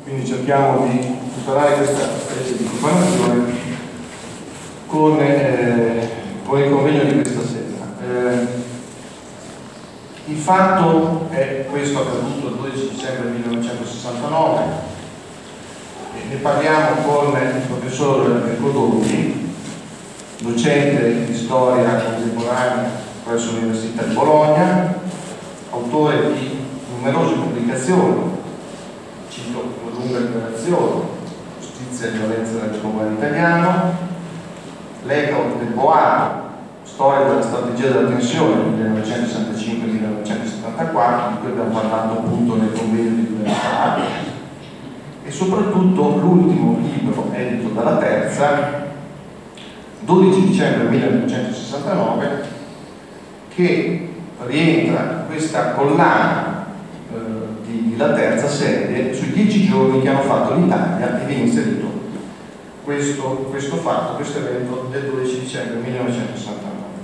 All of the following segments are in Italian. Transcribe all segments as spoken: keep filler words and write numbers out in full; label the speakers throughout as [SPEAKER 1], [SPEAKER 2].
[SPEAKER 1] quindi cerchiamo di tutelare questa specie di informazione con, eh, con il convegno di questa sera. Eh, il fatto è questo accaduto il dodici dicembre millenovecentosessantanove, e ne parliamo con il professor Enrico Dondi, docente di storia contemporanea presso l'Università di Bologna, autore di numerose pubblicazioni, cito una lunga dichiarazione, Giustizia e violenza del popolo italiano, L'Eco del Boato, Storia della strategia della tensione millenovecentosessantacinque millenovecentosettantaquattro, di cui abbiamo parlato appunto nel convegno di due anni fa, e soprattutto l'ultimo libro edito dalla Terza, dodici dicembre millenovecentosessantanove, che rientra questa collana eh, di, di La Terza serie sui dieci giorni che hanno fatto l'Italia, e viene inserito questo, questo fatto, questo evento del dodici dicembre millenovecentosessantanove.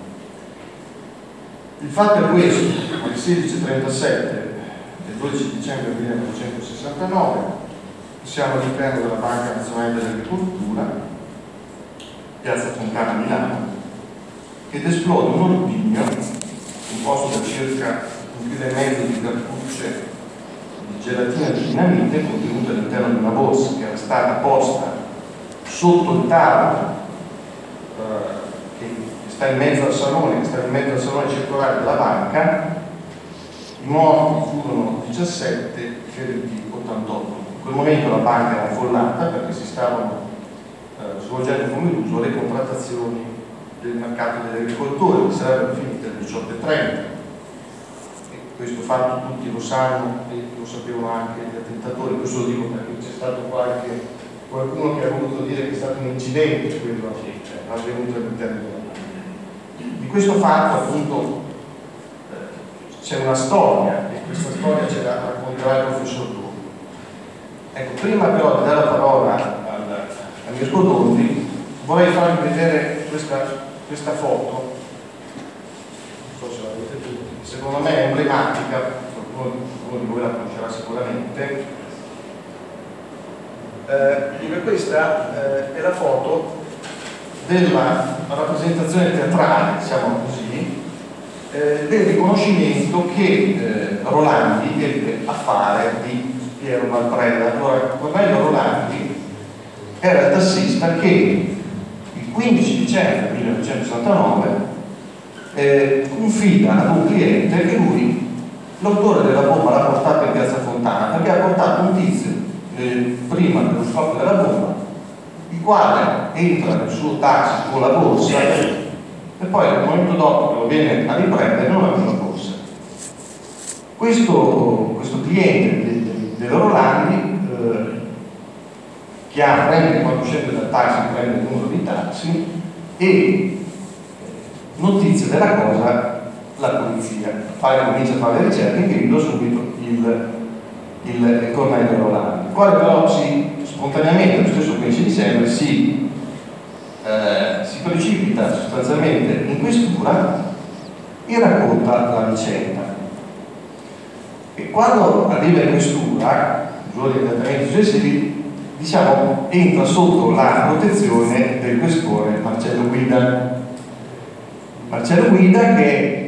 [SPEAKER 1] Il fatto è questo: alle sedici e trentasette del dodici dicembre millenovecentosessantanove siamo all'interno della Banca Nazionale dell'Agricoltura, Piazza Fontana, Milano, ed esplode un ordigno composto da circa un chilo e mezzo di cartucce di gelatina di dinamite contenuta all'interno di una borsa che era stata posta sotto il tavolo eh, che sta in mezzo al salone, che sta in mezzo al salone circolare della banca. I morti furono diciassette, i feriti ottantotto. In quel momento la banca era affollata perché si stavano eh, svolgendo come d'uso le contrattazioni del mercato degli agricoltori, che sarebbero finite alle diciotto e trenta. E questo fatto tutti lo sanno e lo sapevano anche gli attentatori. Questo lo dico perché c'è stato qualche, qualcuno che ha voluto dire che è stato un incidente quello avvenuto all'interno della banca. Di questo fatto appunto eh, c'è una storia, e questa storia ce la racconterà il professor Dondi. Ecco, prima però di dare la parola al, al mio Dondi, vorrei farvi vedere questa questa foto, non so se la vedete tutti, secondo me è emblematica, qualcuno, qualcuno di voi la conoscerà sicuramente, eh, dove questa eh, è la foto della rappresentazione teatrale, diciamo così, eh, del riconoscimento che eh, Rolandi ebbe a fare di Piero Malpreda. Allora, Cornelio Rolandi era il tassista che il quindici dicembre millenovecentosessantanove eh, confida ad un cliente che lui, l'autore della bomba, l'ha portata in Piazza Fontana perché ha portato un tizio eh, prima dello scoppio della bomba, il quale entra nel suo taxi con la borsa e poi nel momento dopo che lo viene a riprendere non aveva la borsa. Questo, questo cliente del Rolandi eh, chiama, prende, quando scende dal taxi prende il numero di taxi e notizia della cosa la polizia fa, comincia a fare le ricerche e individua subito il, il, il Cornelio Rolandi, il quale però si, spontaneamente lo stesso quindici dicembre si, eh, si precipita sostanzialmente in questura e racconta la vicenda. E quando arriva in questura, giorni immediatamente successivi, diciamo, entra sotto la protezione del questore Marcello Guida. Marcello Guida che è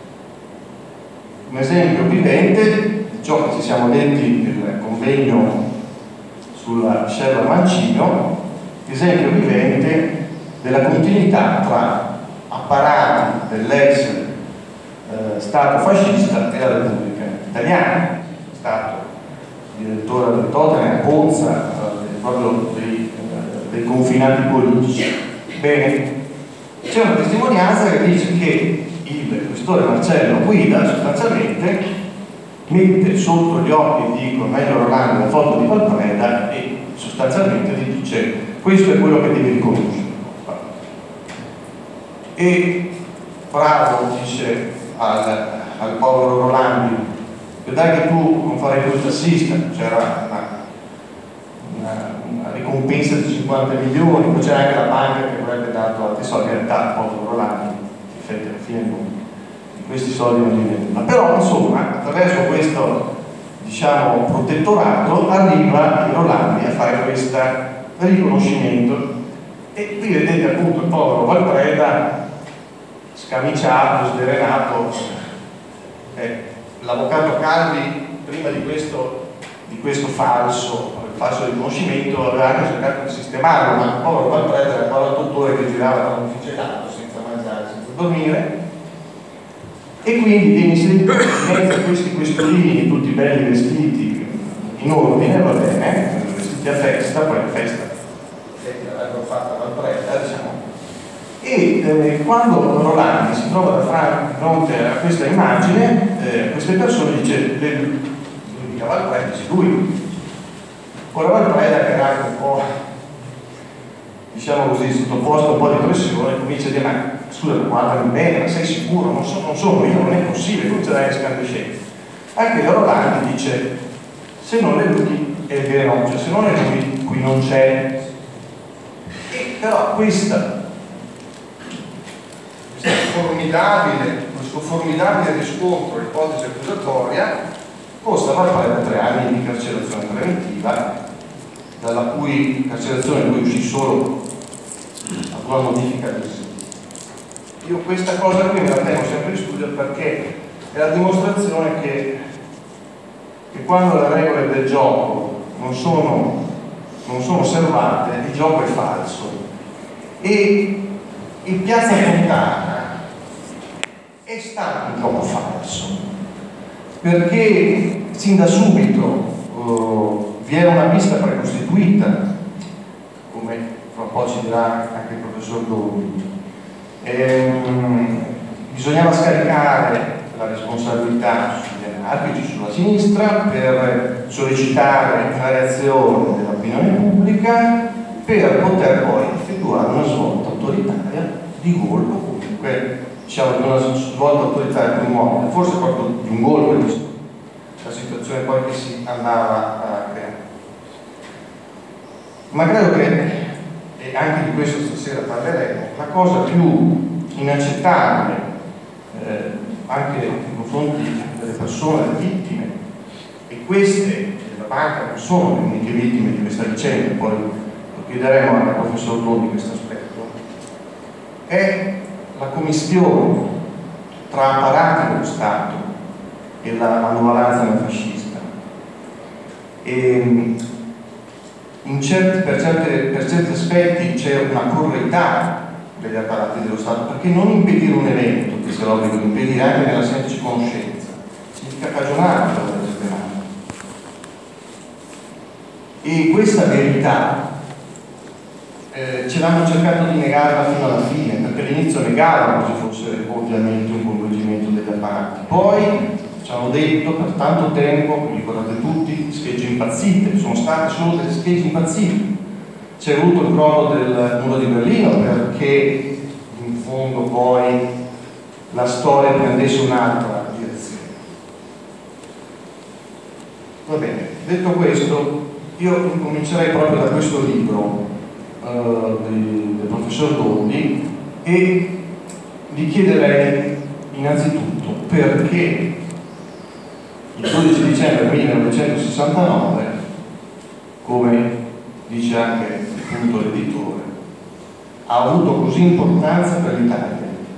[SPEAKER 1] un esempio vivente di ciò che ci siamo detti nel convegno sulla Scerra Mancino, esempio vivente della continuità tra apparati dell'ex eh, Stato fascista e la Repubblica Italiana. È stato direttore del Tottenham, Ponza, proprio dei, dei confinati politici. Bene, c'è una testimonianza che dice che il questore Marcello Guida sostanzialmente mette sotto gli occhi di Cornelio Rolandi la foto di Malpreda e sostanzialmente gli dice: questo è quello che devi riconoscere. E bravo, dice al, al povero Rolandi, dai che tu non farai più il tassista. C'era una, una, una ricompensa di cinquanta milioni, poi c'era anche la banca che avrebbe dato altri soldi. In realtà il povero Rolandi alla fine non, di questi soldi non viene nulla. Però insomma, attraverso questo diciamo, protettorato, arriva in Rolandi a fare questo riconoscimento. E qui vedete appunto il povero Valpreda scamiciato, sdrenato. Eh, l'avvocato Calvi prima di questo, di questo falso, falso riconoscimento aveva anche cercato di sistemarlo, ma il povero Valpreda era qua al dottore che girava da un ufficialato senza mangiare, senza dormire, e quindi viene inserito in mezzo a questi questolini tutti belli vestiti in ordine, va bene, vestiti a festa, poi la festa l'avrebbero fatta Valpreda, diciamo. E eh, quando Rolandi si trova di fronte a questa immagine, eh, queste persone dice l'unica Valpreda, dice lui. Ora Valpreda, che era anche un po', diciamo così, sottoposto a un po' di pressione, comincia a dire: ma scusa, guardami bene, ma sei sicuro? Non, so, non sono io, non è possibile, comincia a dare scandescenze. Anche Rolandi dice: se non è lui è vero, cioè se non è lui qui non c'è. E però questa formidabile, questo formidabile riscontro ipotesi accusatoria costa Valpreda tre anni di carcerazione preventiva, dalla cui carcerazione lui uscì solo ad una modifica del sito. Io questa cosa qui me la tengo sempre in studio perché è la dimostrazione che, che quando le regole del gioco non sono, non sono osservate, il gioco è falso. E in Piazza Fontana è stato un gioco falso, perché sin da subito uh, vi era una pista precostituita, come fra un po' ci dirà anche il professor Doni. Ehm, bisognava scaricare la responsabilità sugli anarchici, sulla sinistra, per sollecitare una reazione dell'opinione pubblica, per poter poi effettuare una svolta autoritaria di golpe, o comunque diciamo di una svolta autoritaria per un modo, forse proprio di un golpe, visto la situazione poi che si andava a creare. Ma credo che, e anche di questo stasera parleremo, la cosa più inaccettabile eh, anche nei confronti delle persone, delle vittime, e queste della banca non sono le uniche vittime di questa vicenda, poi lo chiederemo al professor Doni questo aspetto, è la commistione tra apparati dello Stato e la manovalanza neofascista. E in certi, per, certe, per certi aspetti c'è una correità degli apparati dello Stato, perché non impedire un evento, che se l'obbligo di impedire anche nella semplice conoscenza, significa cagionare la legge penale. E questa verità eh, ce l'hanno cercato di negarla fino alla fine, perché all'inizio negavano che fosse ovviamente un coinvolgimento degli apparati. Poi ci hanno detto per tanto tempo, ricordate tutti, schegge impazzite, sono state solo delle schegge impazzite. C'è avuto il crollo del muro di Berlino perché in fondo poi la storia prendesse un'altra direzione. Va bene, detto questo, io comincerei proprio da questo libro uh, del, del professor Doni e gli chiederei innanzitutto perché il dodici dicembre millenovecentosessantanove, come dice anche appunto l'editore, ha avuto così importanza per l'Italia.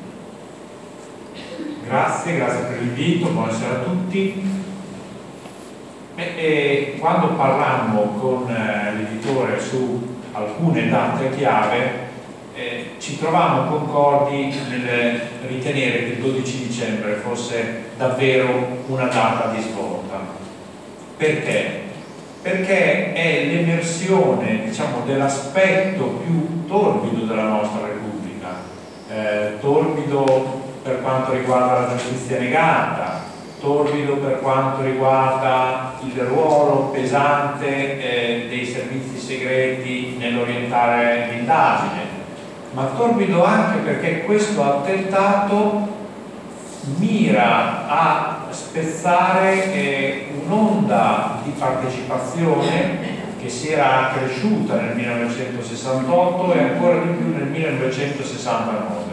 [SPEAKER 2] Grazie, grazie per l'invito, buonasera a tutti. Beh, eh, quando parlammo con eh, l'editore su alcune date chiave, eh, ci trovavamo concordi nel ritenere che il dodici dicembre fosse davvero una data di svolta. Perché? Perché è l'emersione, diciamo, dell'aspetto più torbido della nostra Repubblica, eh, torbido per quanto riguarda la giustizia negata, torbido per quanto riguarda il ruolo pesante eh, dei servizi segreti nell'orientare l'indagine, ma torbido anche perché questo attentato mira a spezzare eh, un'onda di partecipazione che si era accresciuta nel millenovecentosessantotto e ancora di più nel millenovecentosessantanove.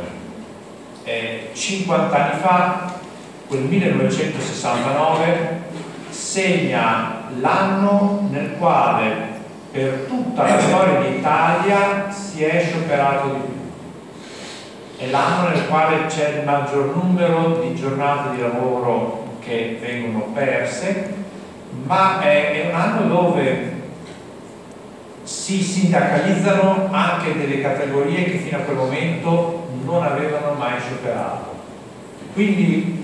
[SPEAKER 2] Eh, cinquanta anni fa, quel millenovecentosessantanove segna l'anno nel quale per tutta la storia d'Italia si è scioperato di più. È l'anno nel quale c'è il maggior numero di giornate di lavoro che vengono perse, ma è, è un anno dove si sindacalizzano anche delle categorie che fino a quel momento non avevano mai scioperato. Quindi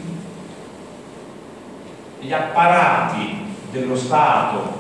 [SPEAKER 2] gli apparati dello Stato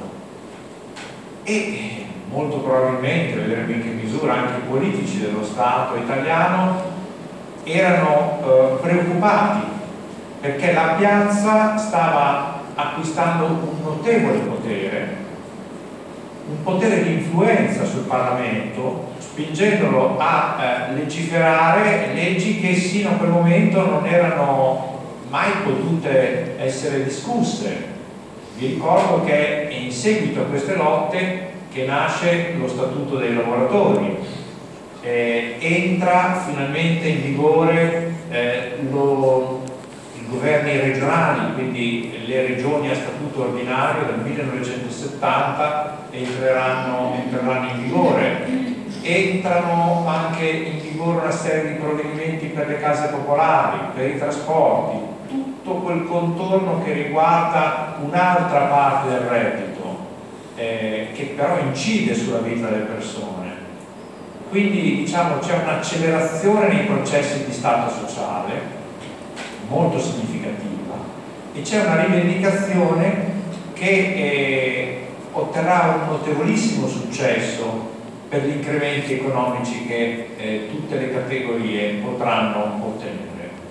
[SPEAKER 2] e molto probabilmente, vedremo in che misura anche i politici dello Stato italiano, erano eh, preoccupati perché la piazza stava acquistando un notevole potere, un potere di influenza sul Parlamento, spingendolo a eh, legiferare leggi che sino a quel momento non erano mai potute essere discusse. Vi ricordo che è in seguito a queste lotte che nasce lo Statuto dei lavoratori, eh, entra finalmente in vigore eh, lo, i governi regionali, quindi le regioni a statuto ordinario dal millenovecentosettanta entreranno, entreranno in vigore. Entrano anche in vigore una serie di provvedimenti per le case popolari, per i trasporti, tutto quel contorno che riguarda un'altra parte del reddito, eh, che però incide sulla vita delle persone. Quindi diciamo c'è un'accelerazione nei processi di stato sociale molto significativa e c'è una rivendicazione che eh, otterrà un notevolissimo successo per gli incrementi economici che eh, tutte le categorie potranno ottenere.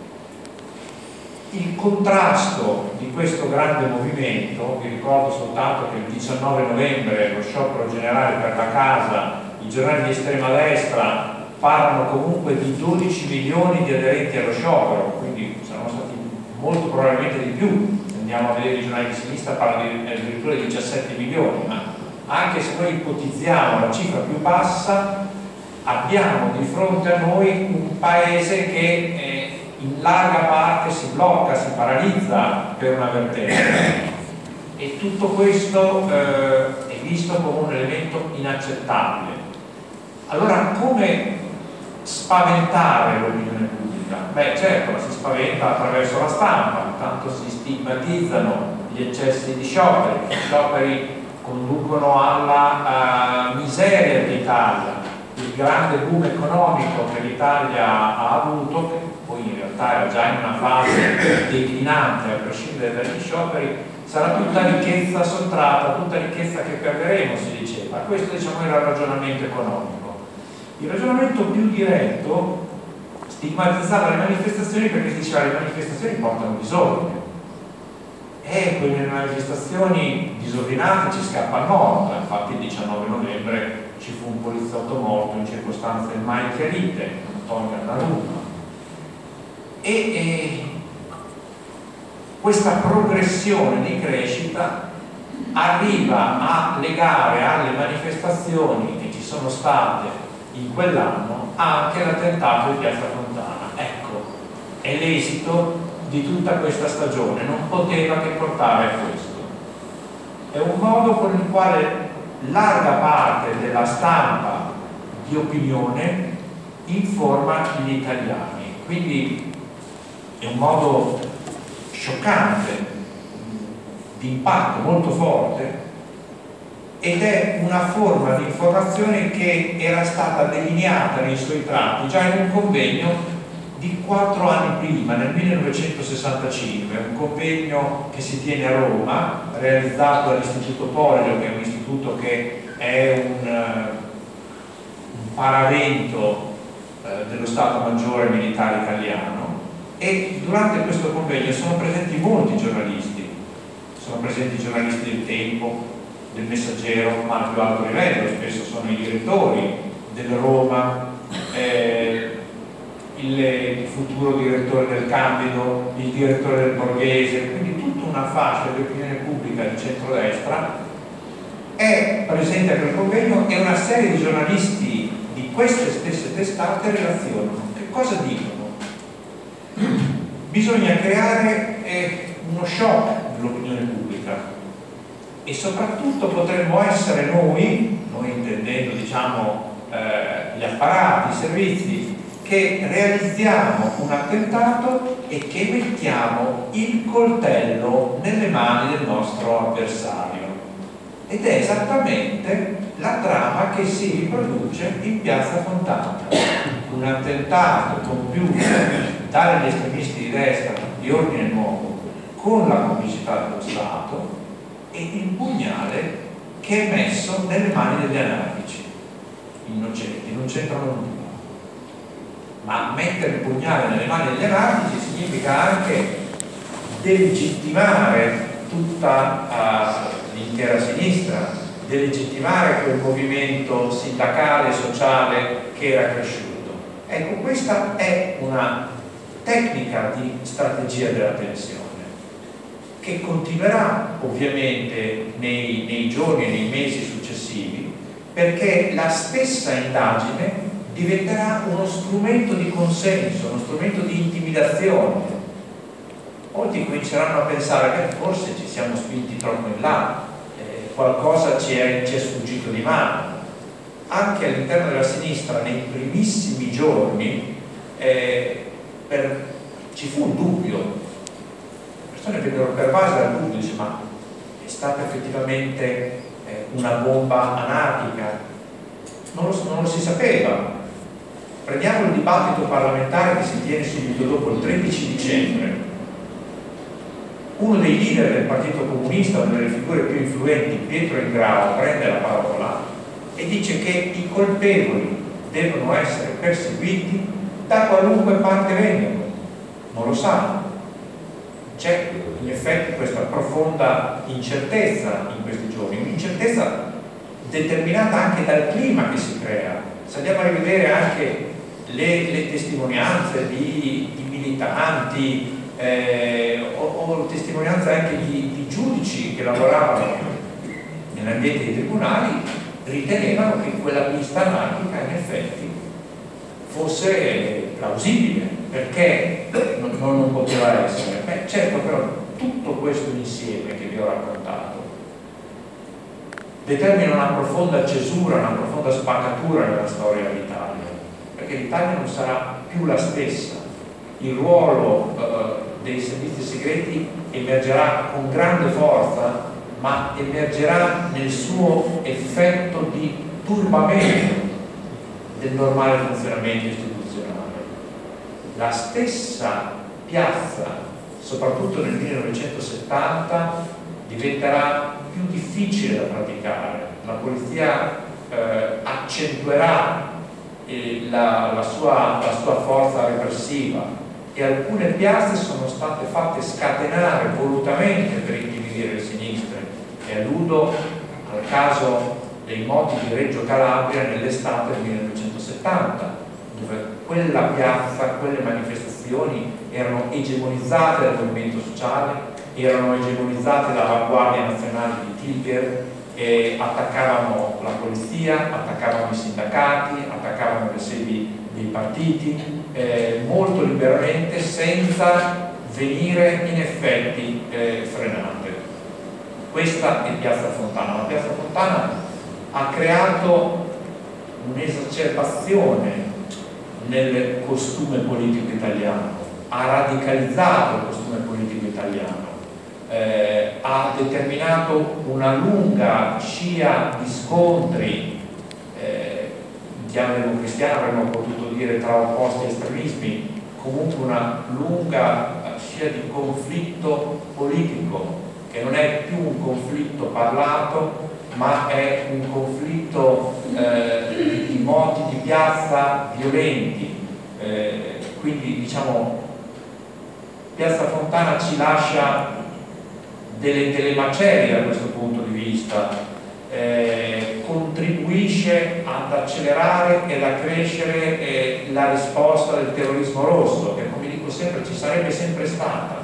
[SPEAKER 2] Il contrasto di questo grande movimento, vi ricordo soltanto che il diciannove novembre lo sciopero generale per la casa, i giornali di estrema destra parlano comunque di dodici milioni di aderenti allo sciopero, quindi saranno stati molto probabilmente di più. Andiamo a vedere i giornali di sinistra, parlano di addirittura di diciassette milioni, ma anche se noi ipotizziamo la cifra più bassa, abbiamo di fronte a noi un paese che eh, in larga parte si blocca, si paralizza per una vertenza, e tutto questo eh, è visto come un elemento inaccettabile. Allora, come spaventare l'opinione pubblica? Beh, certo, la si spaventa attraverso la stampa, tanto si stigmatizzano gli eccessi di scioperi, gli scioperi conducono alla uh, miseria dell'Italia, il grande boom economico che l'Italia ha avuto, che poi in realtà era già in una fase declinante a prescindere dagli scioperi, sarà tutta ricchezza sottratta, tutta ricchezza che perderemo, si diceva. Questo diciamo era il ragionamento economico. Il ragionamento più diretto stigmatizzava le manifestazioni perché si diceva che le manifestazioni portano disordine. E quelle manifestazioni disordinate ci scappa il morto. Infatti il diciannove novembre ci fu un poliziotto morto in circostanze mai chiarite, Antonio Annarumma. E, e questa progressione di crescita arriva a legare alle manifestazioni che ci sono state in quell'anno anche l'attentato di Piazza Fontana. Ecco, è l'esito di tutta questa stagione, non poteva che portare a questo. È un modo con il quale larga parte della stampa di opinione informa gli italiani, quindi è un modo scioccante, di impatto molto forte, ed è una forma di informazione che era stata delineata nei suoi tratti già in un convegno di quattro anni prima, nel millenovecentosessantacinque, un convegno che si tiene a Roma, realizzato dall'Istituto Pollio, che è un istituto che è un, un paravento eh, dello Stato Maggiore Militare Italiano, e durante questo convegno sono presenti molti giornalisti, sono presenti giornalisti del Tempo, del Messaggero, ma a più alto livello, spesso sono i direttori del Roma, eh, il, il futuro direttore del Candido, il direttore del Borghese, quindi tutta una fascia di opinione pubblica di centrodestra è presente a quel convegno, e una serie di giornalisti di queste stesse testate relazionano. Che cosa dicono? Bisogna creare eh, uno shock nell'opinione pubblica. e soprattutto potremmo essere noi, noi intendendo diciamo eh, gli apparati, i servizi, che realizziamo un attentato e che mettiamo il coltello nelle mani del nostro avversario. Ed è esattamente la trama che si riproduce in Piazza Fontana. Un attentato compiuto dagli estremisti di destra di Ordine Nuovo con la complicità dello Stato e il pugnale che è messo nelle mani degli anarchici innocenti, non c'entrano nulla. Ma mettere il pugnale nelle mani degli anarchici significa anche delegittimare tutta uh, l'intera sinistra, delegittimare quel movimento sindacale e sociale che era cresciuto. Ecco, questa è una tecnica di strategia della tensione che continuerà ovviamente nei, nei giorni e nei mesi successivi, perché la stessa indagine diventerà uno strumento di consenso, uno strumento di intimidazione. Molti cominceranno a pensare che forse ci siamo spinti troppo in là, eh, qualcosa ci è, ci è sfuggito di mano. Anche all'interno della sinistra, nei primissimi giorni, eh, per, ci fu un dubbio. Le persone vennero pervase dal dubbio, dice, ma è stata effettivamente eh, una bomba anarchica? Non lo, non lo si sapeva. Prendiamo il dibattito parlamentare che si tiene subito dopo il tredici dicembre. Uno dei leader del Partito Comunista, una delle figure più influenti, Pietro Ingrao, prende la parola e dice che i colpevoli devono essere perseguiti da qualunque parte vengano. Non lo sanno. C'è in effetti questa profonda incertezza in questi giorni, un'incertezza determinata anche dal clima che si crea. Se andiamo a rivedere anche le, le testimonianze di, di militanti eh, o, o testimonianze anche di, di giudici che lavoravano nell'ambiente dei tribunali, ritenevano che quella pista anarchica in effetti fosse plausibile, perché non, non poteva essere. Beh, certo, però tutto questo insieme che vi ho raccontato determina una profonda cesura, una profonda spaccatura nella storia dell'Italia, perché l'Italia non sarà più la stessa. Il ruolo eh, dei servizi segreti emergerà con grande forza, ma emergerà nel suo effetto di turbamento del normale funzionamento istituzionale. La stessa piazza, soprattutto nel millenovecentosettanta, diventerà più difficile da praticare. La polizia eh, accentuerà eh, la, la, sua, la sua forza repressiva e alcune piazze sono state fatte scatenare volutamente per intimidire le sinistre, e alludo al caso dei moti di Reggio Calabria nell'estate del millenovecentosettanta, dove quella piazza, quelle manifestazioni erano egemonizzate dal movimento sociale, erano egemonizzate dalla Guardia Nazionale di Tiger, e attaccavano la polizia, attaccavano i sindacati, attaccavano le sedi dei partiti eh, molto liberamente, senza venire in effetti eh, frenate. Questa è Piazza Fontana. La Piazza Fontana ha creato un'esacerbazione nel costume politico italiano, ha radicalizzato il costume politico italiano, eh, ha determinato una lunga scia di scontri, eh, in chiave democristiana avremmo potuto dire tra opposti estremismi, comunque una lunga scia di conflitto politico, che non è più un conflitto parlato, ma è un conflitto eh, di moti di piazza violenti. Eh, quindi diciamo Piazza Fontana ci lascia delle, delle macerie da questo punto di vista, eh, contribuisce ad accelerare ed accrescere eh, la risposta del terrorismo rosso, che come dico sempre ci sarebbe sempre stata.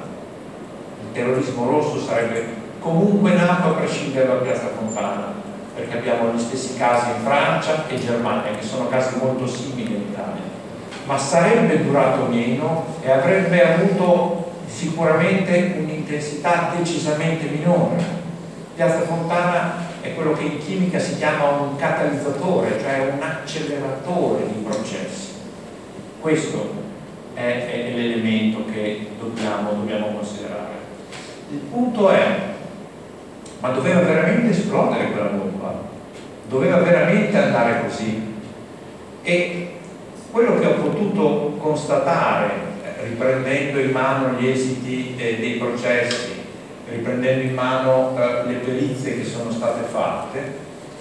[SPEAKER 2] Il terrorismo rosso sarebbe comunque nato a prescindere da Piazza Fontana, perché abbiamo gli stessi casi in Francia e Germania, che sono casi molto simili in Italia, ma sarebbe durato meno e avrebbe avuto sicuramente un'intensità decisamente minore, Piazza Fontana è quello che in chimica si chiama un catalizzatore, cioè un acceleratore di processi. Questo è, è l'elemento che dobbiamo, dobbiamo considerare. Il punto è, ma doveva veramente esplodere quella bomba? Doveva veramente andare così? E quello che ho potuto constatare, riprendendo in mano gli esiti eh, dei processi, riprendendo in mano eh, le perizie che sono state fatte,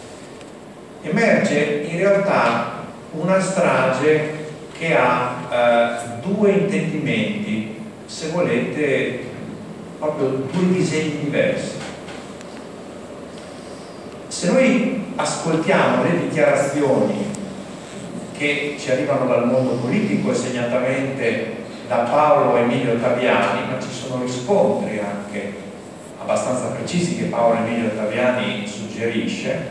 [SPEAKER 2] emerge in realtà una strage che ha eh, due intendimenti, se volete proprio due disegni diversi. Se noi ascoltiamo le dichiarazioni che ci arrivano dal mondo politico e segnatamente da Paolo Emilio Taviani, ma ci sono riscontri anche abbastanza precisi che Paolo Emilio Taviani suggerisce,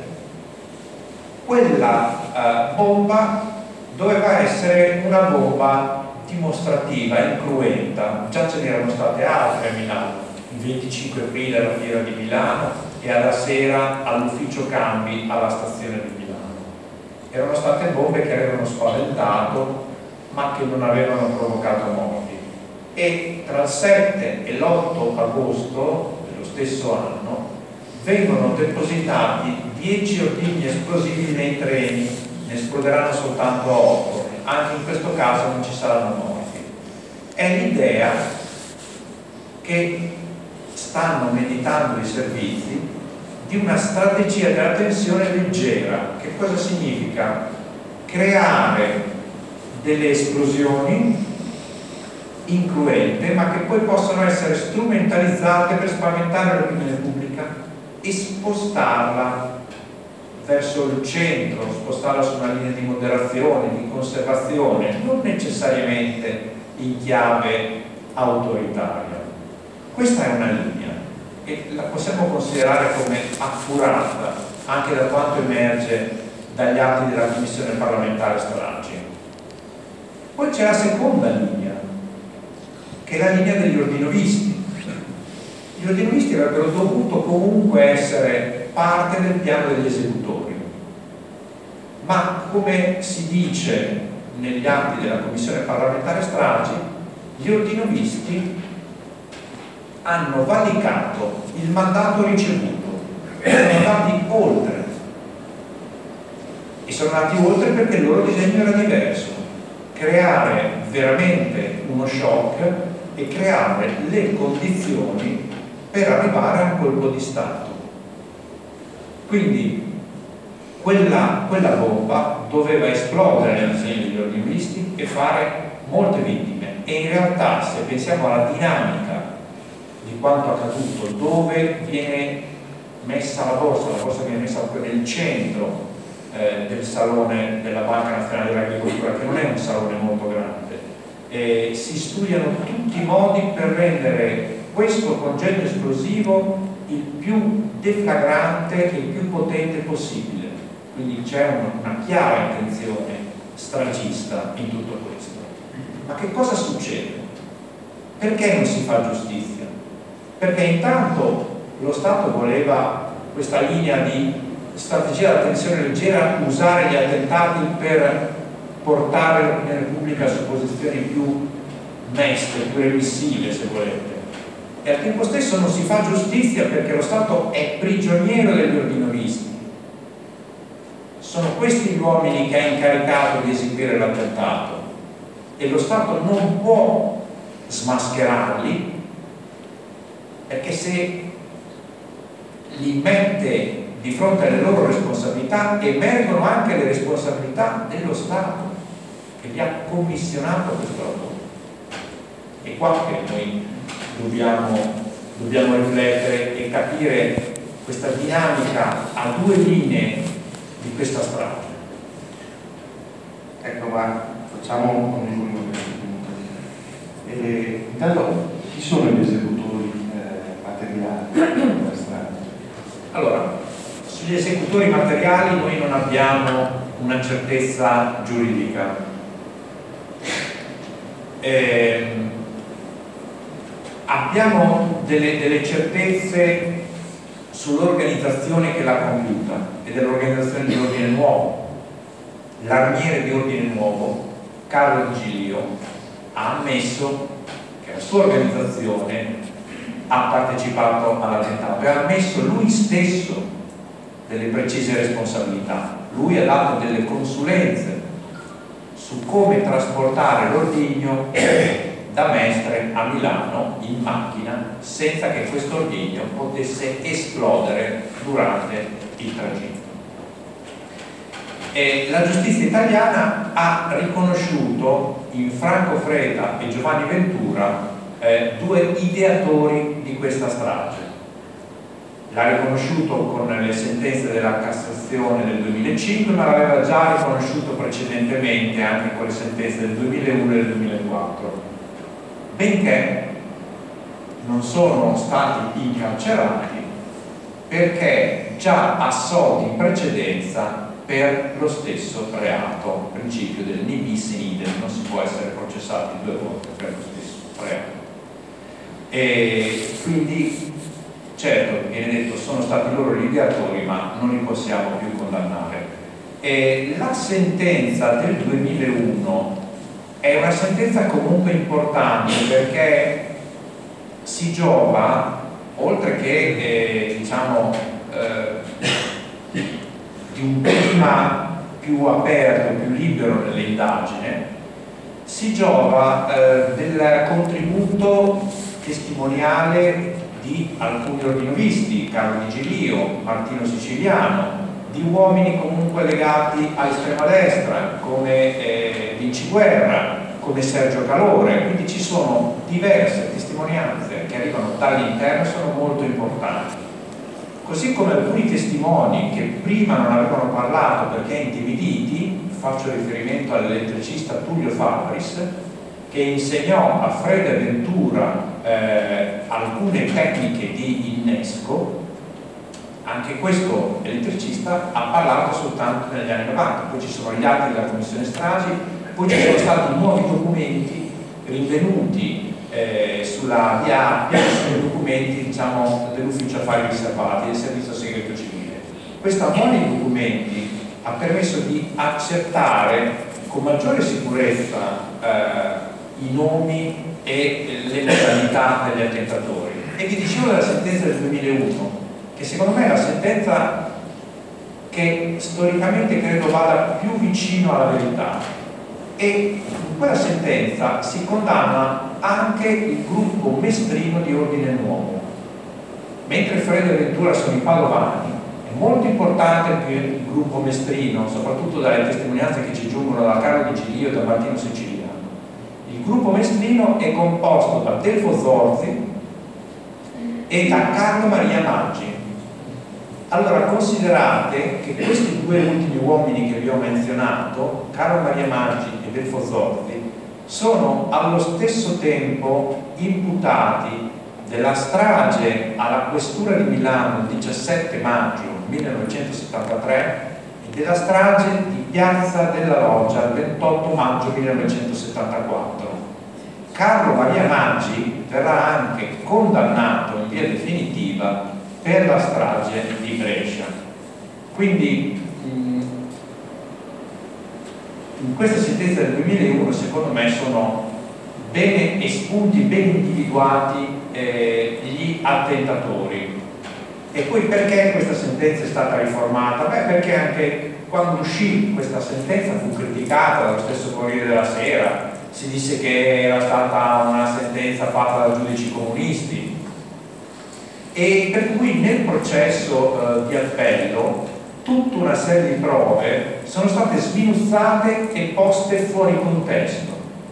[SPEAKER 2] quella eh, bomba doveva essere una bomba dimostrativa, incruenta. Già ce n'erano state altre a Milano, il venticinque aprile alla Fiera di Milano e alla sera all'ufficio cambi alla stazione di Milano. Erano state bombe che avevano spaventato ma che non avevano provocato morti, e tra il sette e l'otto agosto dello stesso anno vengono depositati dieci ordigni esplosivi nei treni, ne esploderanno soltanto otto, anche in questo caso non ci saranno morti. È l'idea che stanno meditando i servizi di una strategia della tensione leggera. Che cosa significa? Creare delle esplosioni incruente, ma che poi possono essere strumentalizzate per spaventare l'opinione pubblica e spostarla verso il centro, spostarla su una linea di moderazione, di conservazione, non necessariamente in chiave autoritaria. Questa è una linea e la possiamo considerare come accurata anche da quanto emerge dagli atti della Commissione parlamentare stragi. Poi c'è la seconda linea, che è la linea degli ordinovisti. Gli ordinovisti avrebbero dovuto comunque essere parte del piano degli esecutori, ma come si dice negli atti della Commissione parlamentare stragi, gli ordinovisti hanno valicato il mandato ricevuto, sono andati oltre, e sono andati oltre perché il loro disegno era diverso: creare veramente uno shock e creare le condizioni per arrivare a un colpo di Stato. Quindi quella, quella bomba doveva esplodere nel segno degli ordinovisti e fare molte vittime, e in realtà, se pensiamo alla dinamica di quanto accaduto, dove viene messa la borsa, la borsa viene messa proprio nel centro eh, del salone della Banca Nazionale dell'Agricoltura, che non è un salone molto grande, e si studiano tutti i modi per rendere questo congegno esplosivo il più deflagrante e il più potente possibile. Quindi c'è una, una chiara intenzione stragista in tutto questo. Ma che cosa succede? Perché non si fa giustizia? Perché intanto lo Stato voleva questa linea di strategia della tensione leggera, usare gli attentati per portare l'opinione pubblica su posizioni più meste, più remissive, se volete. E al tempo stesso non si fa giustizia perché lo Stato è prigioniero degli ordinovisti. Sono questi gli uomini che ha incaricato di eseguire l'attentato e lo Stato non può smascherarli, perché se li mette di fronte alle loro responsabilità emergono anche le responsabilità dello Stato che vi ha commissionato questo lavoro. E qua che noi dobbiamo, dobbiamo riflettere e capire questa dinamica a due linee di questa strada.
[SPEAKER 1] Ecco, ma facciamo un e intanto chi sono gli esecutori eh, materiali della strada?
[SPEAKER 2] Allora, sugli esecutori materiali noi non abbiamo una certezza giuridica. Eh, abbiamo delle, delle certezze
[SPEAKER 3] sull'organizzazione che l'ha compiuta ed è l'organizzazione di Ordine Nuovo. L'armiere di Ordine Nuovo, Carlo Di Giglio, ha ammesso che la sua organizzazione ha partecipato all'attentato e ha ammesso lui stesso delle precise responsabilità. Lui ha dato delle consulenze su come trasportare l'ordigno da Mestre a Milano in macchina senza che questo ordigno potesse esplodere durante il tragitto. E la giustizia italiana ha riconosciuto in Franco Freda e Giovanni Ventura eh, due ideatori di questa strage. L'ha riconosciuto con le sentenze della Cassazione del duemilacinque, ma l'aveva già riconosciuto precedentemente anche con le sentenze del duemilauno e del duemilaquattro, benché non sono stati incarcerati perché già assolti in precedenza per lo stesso reato, principio del ne bis in idem, non si può essere processati due volte per lo stesso reato. E quindi, certo, viene detto, sono stati loro gli ideatori, ma non li possiamo più condannare. E la sentenza del duemilauno è una sentenza comunque importante perché si giova, oltre che eh, diciamo eh, di un clima più aperto, più libero nell'indagine, si giova eh, del contributo testimoniale di alcuni ordinovisti, Carlo Di Giglio, Martino Siciliano, di uomini comunque legati all'estrema destra come eh, Vinci Guerra, come Sergio Calore, quindi ci sono diverse testimonianze che arrivano dall'interno e sono molto importanti. Così come alcuni testimoni che prima non avevano parlato perché intimiditi, faccio riferimento all'elettricista Tullio Fabris, che insegnò a Freda e Ventura eh, alcune tecniche di innesco. Anche questo elettricista ha parlato soltanto negli anni novanta, poi ci sono gli atti della commissione stragi, poi ci sono stati nuovi documenti rinvenuti eh, sulla via Appia, sono documenti diciamo, dell'ufficio affari riservati del servizio segreto civile. Questo ammonia di documenti ha permesso di accertare con maggiore sicurezza eh, i nomi e le modalità degli attentatori. E vi dicevo della sentenza del duemilauno, che secondo me è la sentenza che storicamente credo vada più vicino alla verità, e in quella sentenza si condanna anche il gruppo mestrino di Ordine Nuovo. Mentre Freda e Ventura sono i padovani, è molto importante che il gruppo mestrino, soprattutto dalle testimonianze che ci giungono da Carlo Di Giglio e da Martino Siciliano, il gruppo mestrino è composto da Delfo Zorzi e da Carlo Maria Maggi. Allora considerate che questi due ultimi uomini che vi ho menzionato, Carlo Maria Maggi e Delfo Zorzi, sono allo stesso tempo imputati della strage alla questura di Milano il diciassette maggio millenovecentosettantatré e della strage di Piazza della Loggia il ventotto maggio millenovecentosettantaquattro. Carlo Maria Maggi verrà anche condannato in via definitiva per la strage di Brescia. Quindi in questa sentenza del duemilauno secondo me sono bene espunti, ben individuati eh, gli attentatori. E poi perché questa sentenza è stata riformata? Beh, perché anche quando uscì questa sentenza fu criticata dallo stesso Corriere della Sera, si disse che era stata una sentenza fatta da giudici comunisti, e per cui nel processo eh, di appello tutta una serie di prove sono state sminuzzate e poste fuori contesto.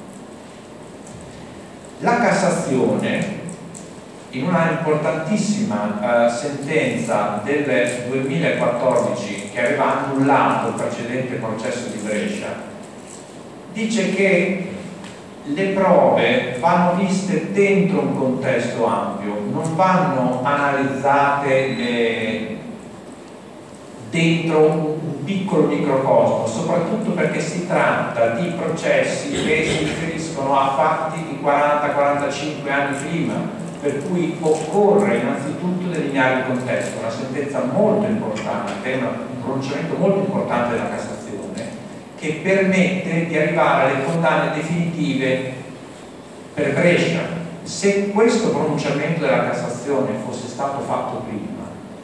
[SPEAKER 3] La Cassazione, in una importantissima eh, sentenza del duemilaquattordici che aveva annullato il precedente processo di Brescia, dice che le prove vanno viste dentro un contesto ampio, non vanno analizzate eh, dentro un piccolo microcosmo, soprattutto perché si tratta di processi che si riferiscono a fatti di quaranta quarantacinque anni prima, per cui occorre innanzitutto sottolineare il contesto, una sentenza molto importante, una, un pronunciamento molto importante della Cassazione, che permette di arrivare alle condanne definitive per Brescia. Se questo pronunciamento della Cassazione fosse stato fatto prima,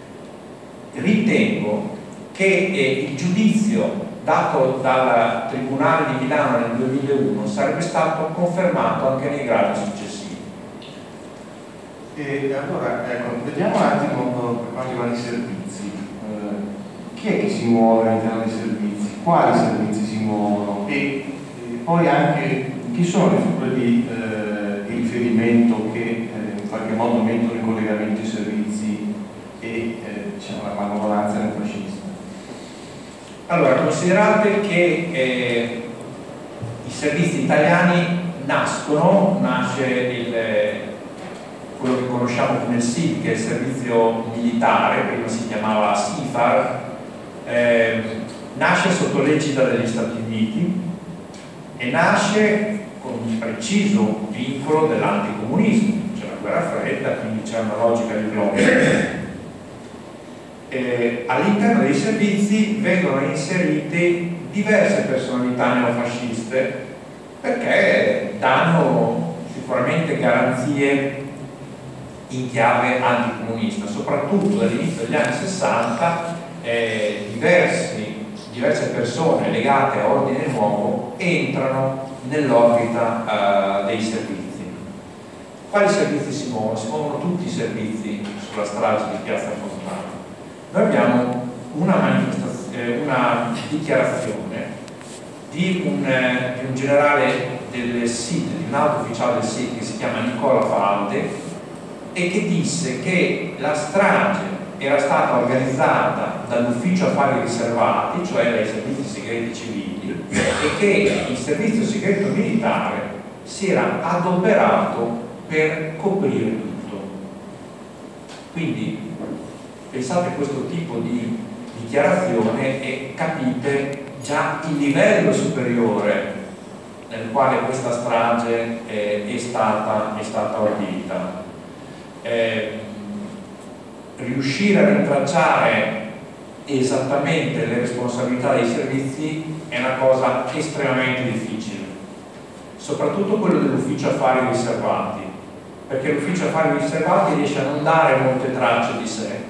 [SPEAKER 3] ritengo che eh, il giudizio dato dal Tribunale di Milano nel duemilauno sarebbe stato confermato anche nei gradi successivi.
[SPEAKER 1] E allora, ecco, vediamo un attimo per quanto riguarda i servizi. Eh, chi è che si muove all'interno dei servizi? Quali servizi si muovono? E, e poi anche chi sono le figure di, eh, di riferimento che eh, in qualche modo mettono in collegamento i servizi e eh, diciamo, la manovalanza nel fascismo?
[SPEAKER 3] Allora, considerate che eh, i servizi italiani nascono, nasce il, quello che conosciamo come il S I D, che è il servizio militare, prima si chiamava SIFAR, eh, nasce sotto l'egida degli Stati Uniti e nasce con un preciso vincolo dell'anticomunismo, c'è la guerra fredda, quindi c'è una logica di blocco. Eh, all'interno dei servizi vengono inserite diverse personalità neofasciste perché danno sicuramente garanzie in chiave anticomunista, soprattutto dall'inizio degli anni sessanta eh, diversi, diverse persone legate a Ordine Nuovo entrano nell'orbita eh, dei servizi. Quali servizi si muovono? Si muovono tutti i servizi sulla strage di Piazza Fontana. Noi abbiamo una, manifestazione, una dichiarazione di un, eh, di un generale del S I D, di un alto ufficiale del S I D che si chiama Nicola Falde e che disse che la strage era stata organizzata dall'ufficio affari riservati, cioè dai servizi segreti civili, e che il servizio segreto militare si era adoperato per coprire tutto. Quindi pensate a questo tipo di dichiarazione e capite già il livello superiore nel quale questa strage eh, è stata, è stata ordita. Eh, riuscire a rintracciare esattamente le responsabilità dei servizi è una cosa estremamente difficile, soprattutto quello dell'ufficio affari riservati, perché l'ufficio affari riservati riesce a non dare molte tracce di sé.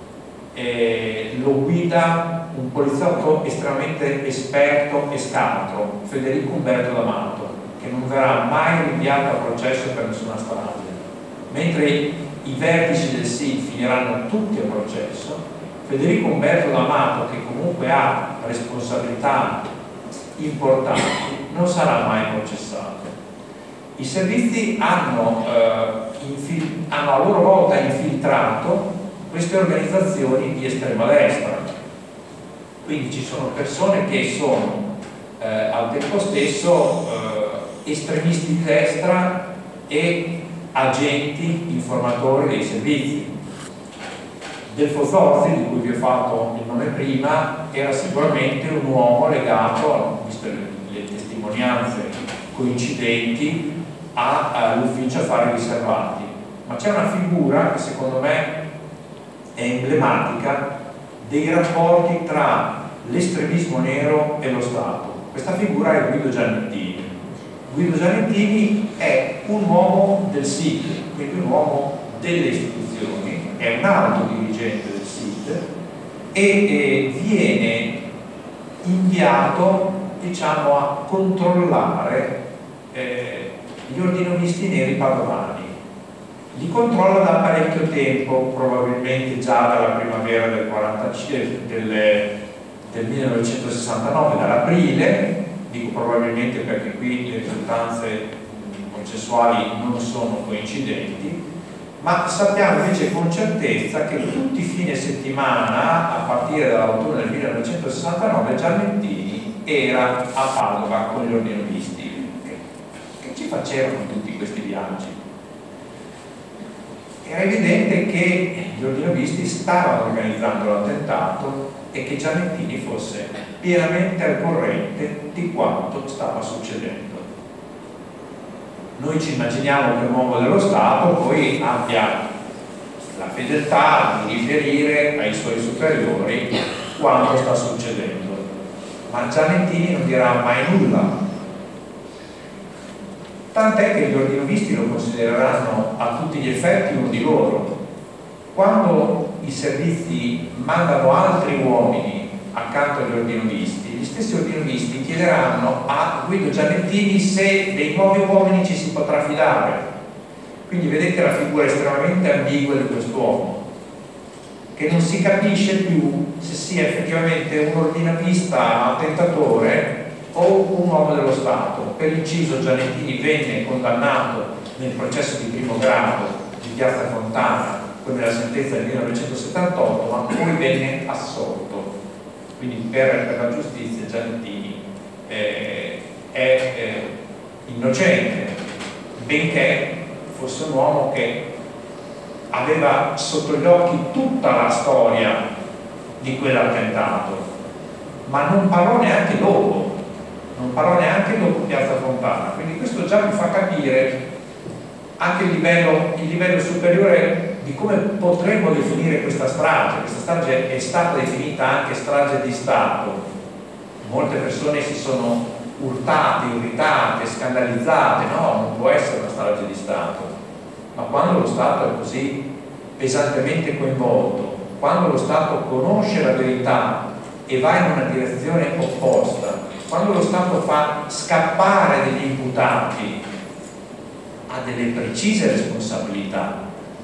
[SPEAKER 3] Eh, lo guida un poliziotto estremamente esperto e scaltro, Federico Umberto D'Amato, che non verrà mai rinviato a processo per nessuna strage, mentre i vertici del S I D finiranno tutti a processo. Federico Umberto D'Amato, che comunque ha responsabilità importanti, non sarà mai processato. I servizi hanno, eh, infil- hanno a loro volta infiltrato queste organizzazioni di estrema destra, quindi ci sono persone che sono eh, al tempo stesso eh, estremisti di destra e agenti informatori dei servizi. Delfo Zorzi, di cui vi ho fatto il nome prima, era sicuramente un uomo legato, viste le, le testimonianze coincidenti, all'ufficio affari riservati, ma c'è una figura che secondo me è emblematica dei rapporti tra l'estremismo nero e lo Stato. Questa figura è Guido Giannettini. Guido Giannettini è un uomo del S I D, quindi un uomo delle istituzioni, è un alto dirigente del S I D e, e viene inviato, diciamo, a controllare eh, gli ordinovisti neri padovani. Li controlla da parecchio tempo, probabilmente già dalla primavera del, quarantacinque, del, del millenovecentosessantanove, dall'aprile, dico probabilmente perché qui le risultanze processuali non sono coincidenti, ma sappiamo invece con certezza che tutti i fine settimana, a partire dall'autunno del millenovecentosessantanove, Giannettini era a Padova con gli ordinovisti. Che, che ci facevano tutti questi viaggi? Era evidente che gli ordinovisti stavano organizzando l'attentato e che Giannettini fosse pienamente al corrente di quanto stava succedendo. Noi ci immaginiamo che un uomo dello Stato poi abbia la fedeltà di riferire ai suoi superiori quanto sta succedendo. Ma Gianettini non dirà mai nulla, tant'è che gli ordinovisti lo considereranno a tutti gli effetti uno di loro. Quando i servizi mandano altri uomini accanto agli ordinovisti, gli stessi ordinovisti chiederanno a Guido Gianettini se dei nuovi uomini ci si potrà fidare. Quindi vedete la figura estremamente ambigua di quest'uomo, che non si capisce più se sia effettivamente un ordinavista attentatore o un uomo dello Stato. Per inciso, Gianettini venne condannato nel processo di primo grado di Piazza Fontana, poi nella sentenza del millenovecentosettantotto, ma poi venne assolto. Quindi per, per la giustizia Gianettini eh, è eh, innocente, benché fosse un uomo che aveva sotto gli occhi tutta la storia di quell'attentato, ma non parlò neanche dopo, non parlò neanche dopo Piazza Fontana. Quindi questo già mi fa capire anche il livello, il livello superiore di come potremmo definire questa strage. Questa strage è stata definita anche strage di Stato. Molte persone si sono urtate, irritate, scandalizzate. No, non può essere una strage di Stato. Ma quando lo Stato è così pesantemente coinvolto, quando lo Stato conosce la verità e va in una direzione opposta, quando lo Stato fa scappare degli imputati, ha delle precise responsabilità,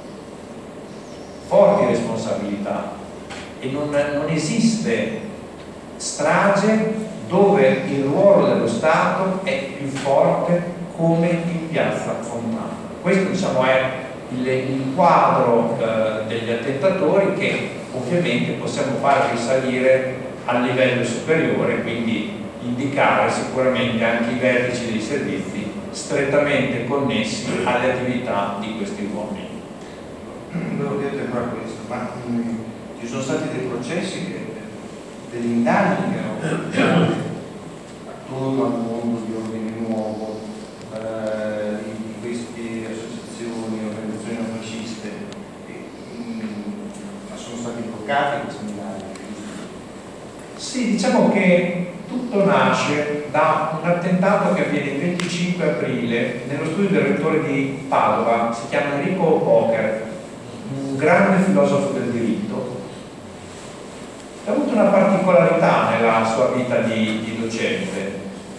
[SPEAKER 3] forti responsabilità, e non, non esiste strage dove il ruolo dello Stato è più forte come in Piazza Fontana. Questo, diciamo, è il, il quadro eh, degli attentatori, che ovviamente possiamo far risalire al livello superiore, quindi indicare sicuramente anche i vertici dei servizi strettamente connessi alle attività di questi uomini.
[SPEAKER 4] Quello che ho detto è proprio questo, ma mh, ci sono stati dei processi, che, delle indagini che hanno diciamo, attorno al mondo di Ordine Nuovo, eh, di, di queste associazioni, organizzazioni fasciste, che mh, sono stati bloccati queste indagini.
[SPEAKER 3] Sì, diciamo che tutto nasce da un attentato che avviene il venticinque aprile nello studio del rettore di Padova. Si chiama Enrico Pocher, un grande filosofo del diritto. Ha avuto una particolarità nella sua vita di, di docente.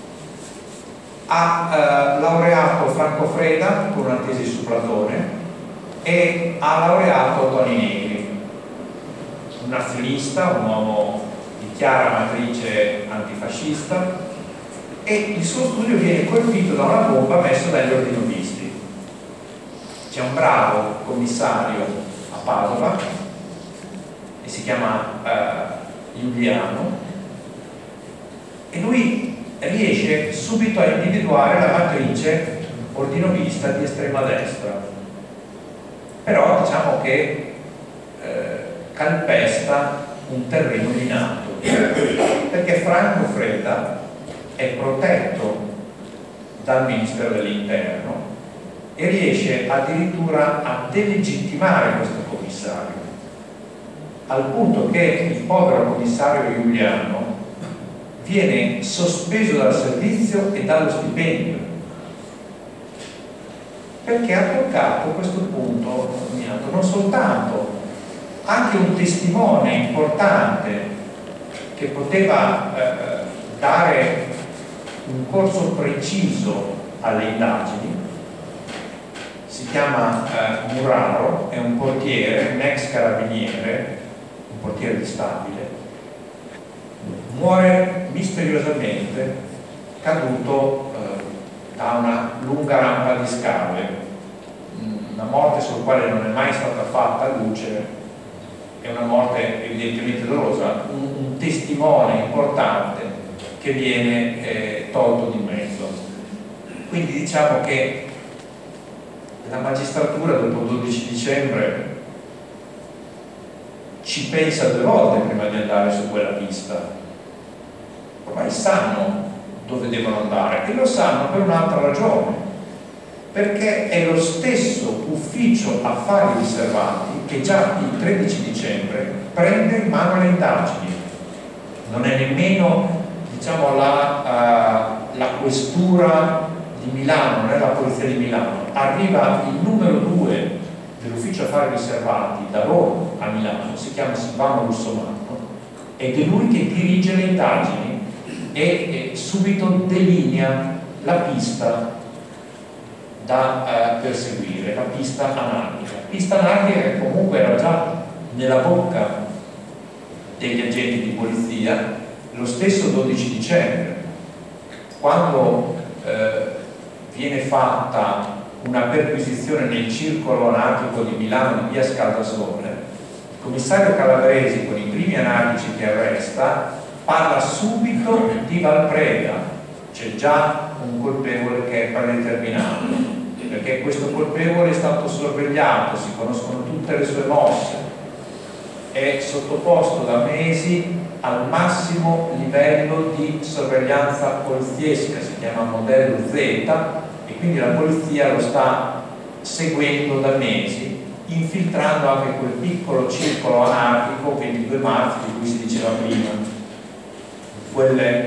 [SPEAKER 3] Ha eh, laureato Franco Freda con una tesi su Platone e ha laureato Toni Negri, un nazionista, un uomo di chiara matrice antifascista, e il suo studio viene colpito da una bomba messa dagli ordinovisti. C'è un bravo commissario a Padova e si chiama eh, Giuliano, e lui riesce subito a individuare la matrice ordinovista di estrema destra, però diciamo che eh, calpesta un terreno minato, perché Franco Freda è protetto dal Ministero dell'Interno e riesce addirittura a delegittimare questo commissario, al punto che il povero commissario Giuliano viene sospeso dal servizio e dallo stipendio, perché ha toccato questo punto non soltanto anche un testimone importante che poteva eh, dare un corso preciso alle indagini. Si chiama eh, Muraro, è un portiere, un ex carabiniere, un portiere di stabile, muore misteriosamente caduto eh, da una lunga rampa di scale, una morte sul quale non è mai stata fatta luce, è una morte evidentemente dolorosa, un, un testimone importante che viene eh, tolto di mezzo. Quindi diciamo che la magistratura dopo il dodici dicembre ci pensa due volte prima di andare su quella pista. Ormai sanno dove devono andare, e lo sanno per un'altra ragione, perché è lo stesso ufficio affari riservati che già il tredici dicembre prende in mano le indagini. Non è nemmeno, diciamo, la, uh, la questura di Milano, non è la polizia di Milano, arriva il numero due dell'ufficio affari riservati da Roma a Milano, si chiama Silvano Russomano, ed è lui che dirige le indagini e, e subito delinea la pista da uh, perseguire, la pista anarchica. Pista anarchica che comunque era già nella bocca degli agenti di polizia lo stesso dodici dicembre, quando eh, viene fatta una perquisizione nel circolo anarchico di Milano di via Scaldasole. Il commissario Calabresi, con i primi anarchici che arresta, parla subito di Valpreda. C'è già un colpevole che è predeterminato, perché questo colpevole è stato sorvegliato, si conoscono tutte le sue mosse, è sottoposto da mesi al massimo livello di sorveglianza poliziesca, si chiama modello Z, e quindi la polizia lo sta seguendo da mesi, infiltrando anche quel piccolo circolo anarchico, ventidue marzo di cui si diceva prima. Quel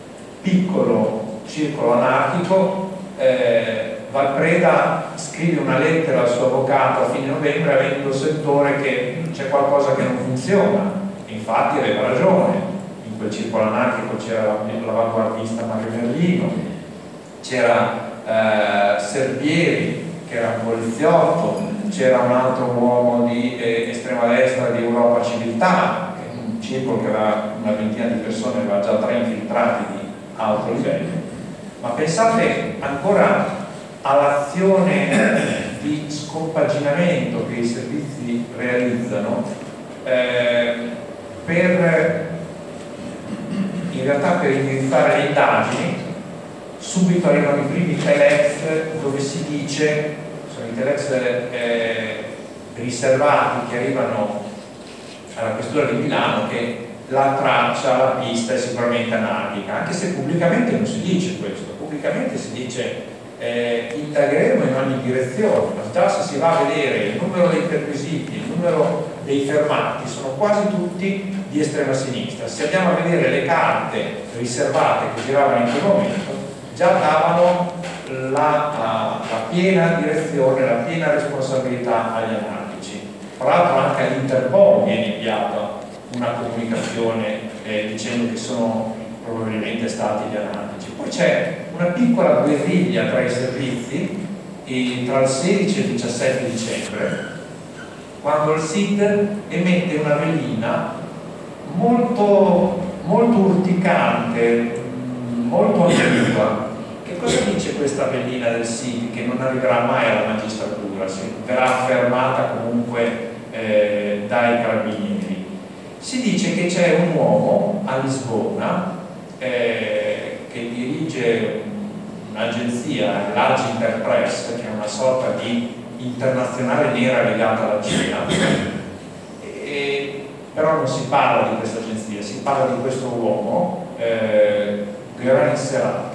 [SPEAKER 3] piccolo circolo anarchico, eh, Valpreda scrive una lettera al suo avvocato a fine novembre avendo il sentore che c'è qualcosa che non funziona. Infatti aveva ragione, in quel circolo anarchico c'era l'avanguardista Mario Merlino, c'era eh, Serpieri che era un poliziotto, c'era un altro uomo di eh, estrema destra di Europa Civiltà, che è un circolo che aveva una ventina di persone, aveva già tre infiltrati di alto livello. Ma pensate ancora all'azione di scompaginamento che i servizi realizzano eh, per in realtà per indirizzare le indagini. Subito arrivano i primi telex dove si dice, sono i telex eh, riservati che arrivano alla questura di Milano, che la traccia, la pista è sicuramente anarchica, anche se pubblicamente non si dice questo, pubblicamente si dice eh, indagheremo in ogni direzione, ma già se si va a vedere il numero dei perquisiti, il numero dei fermati, sono quasi tutti di estrema sinistra. Se andiamo a vedere le carte riservate che giravano in quel momento, già davano la, la, la piena direzione, la piena responsabilità agli anarchici. Tra l'altro anche all'Interpol viene inviata una comunicazione eh, dicendo che sono probabilmente stati gli anarchici. Poi c'è una piccola guerriglia tra i servizi e tra il sedici e il diciassette dicembre, quando il S I D emette una velina molto, molto urticante, molto ambigua. Che cosa dice questa velina del S I D che non arriverà mai alla magistratura, si verrà fermata comunque eh, dai carabinieri? Si dice che c'è un uomo a Lisbona eh, che dirige un'agenzia, l'Agiterpress, che è una sorta di internazionale nera legata alla Cina, e, però non si parla di questa agenzia, si parla di questo uomo, eh, Göran Serac,